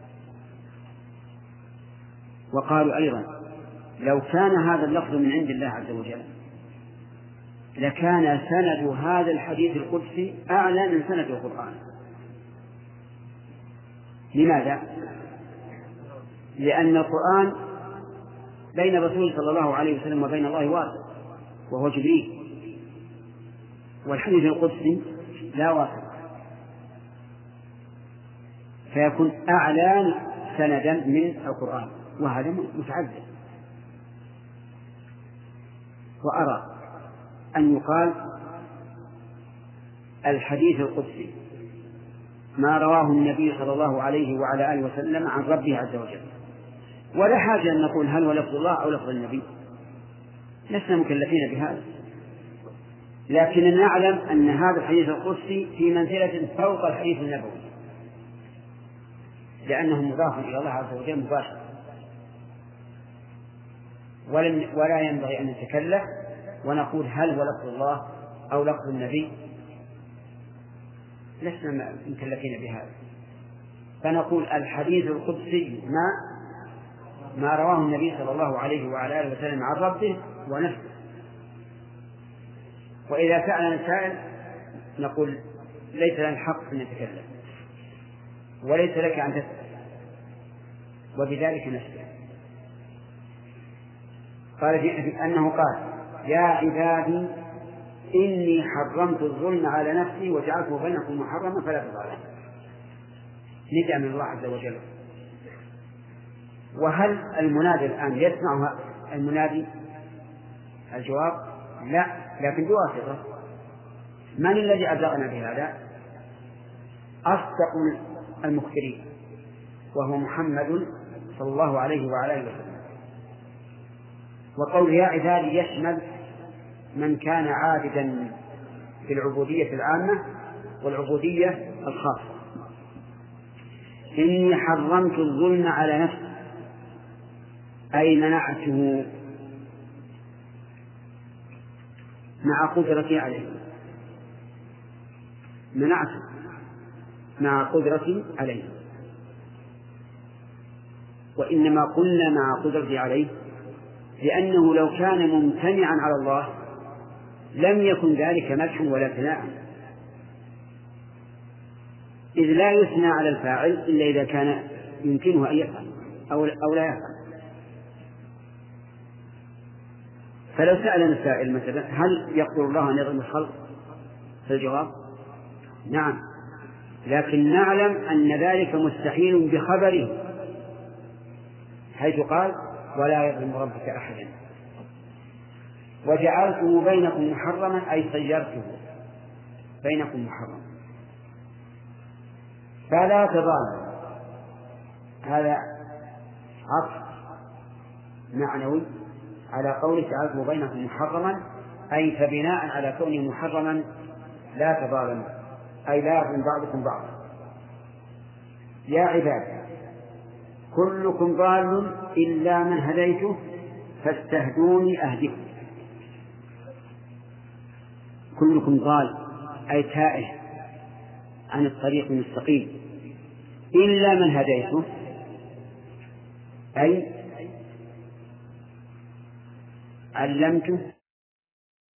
وقالوا أيضا لو كان هذا اللفظ من عند الله عز وجل لكان سند هذا الحديث القدسي أعلى من سند القرآن. لماذا؟ لأن القرآن بين الرسول صلى الله عليه وسلم وبين الله واسطة وهو جبريل، والحديث القدسي لا واسطة، فيكون أعلى سندا من القرآن، وهذا متعذب. وأرى أن يقال الحديث القدسي ما رواه النبي صلى الله عليه وعلى آله وسلم عن ربه عز وجل، ولا حاجة أن نقول هل هو لفظ الله أو لفظ النبي، لسنا مكلفين بهذا، لكن نعلم أن هذا الحديث القدسي في منزلة فوق الحديث النبوي، لأنه مضاف إلى الله عز وجل مباشرة. ولا ينبغي أن نتكلف ونقول هل هو لفظ الله أو لفظ النبي، لسنا مكلفين بهذا، فنقول الحديث القدسي ما رواه النبي صلى الله عليه وعلى آله وسلم عن ربه ونفسه. وإذا سألنا سائل نقول ليس لنا الحق أن نتكلم وليس لك أن تسأل، وبذلك نسأل. قال أنه قال يا عبادي إني حرمت الظلم على نفسي وجعلته بينكم محرما فلا تظالموا، نداء من الله عز وجل. وهل المنادي الآن يسمع المنادي؟ الجواب لا، لكن بواسطة من الذي أبلغنا بهذا؟ أصدق المخبرين، وهو محمد صلى الله عليه وعلى آله وسلم. وقول يا عبادي يشمل من كان عابدا في العبودية العامة والعبودية الخاصة. إني حرمت الظلم على نفسي، أي منعته مع قدرتي عليه، منعته مع قدرتي عليه. وإنما قلنا مع قدرتي عليه لأنه لو كان ممتنعا على الله لم يكن ذلك مدح ولا ثناء، إذ لا يثنى على الفاعل إلا إذا كان يمكنه أن يفعل أو لا يفعل. فلو سألنا السائل مثلا هل يقدر الله أن يضرب الخلق؟ فالجواب نعم، لكن نعلم أن ذلك مستحيل بخبره، حيث قال ولا يظلم ربك أحدا. وجعلته بينكم محرما أي صيرته بينكم محرما فلا تظالموا. هذا عطف معنوي على قوله جعلته بينكم محرما، أي فبناء على كونه محرما لا تظالموا، أي لا يظلم بعضكم بعضا. يا عباد كلكم ضال إلا من هديته فاستهدوني أهدكم. كلكم ضال أي تائه عن الطريق المستقيم، إلا من هديته أي علمته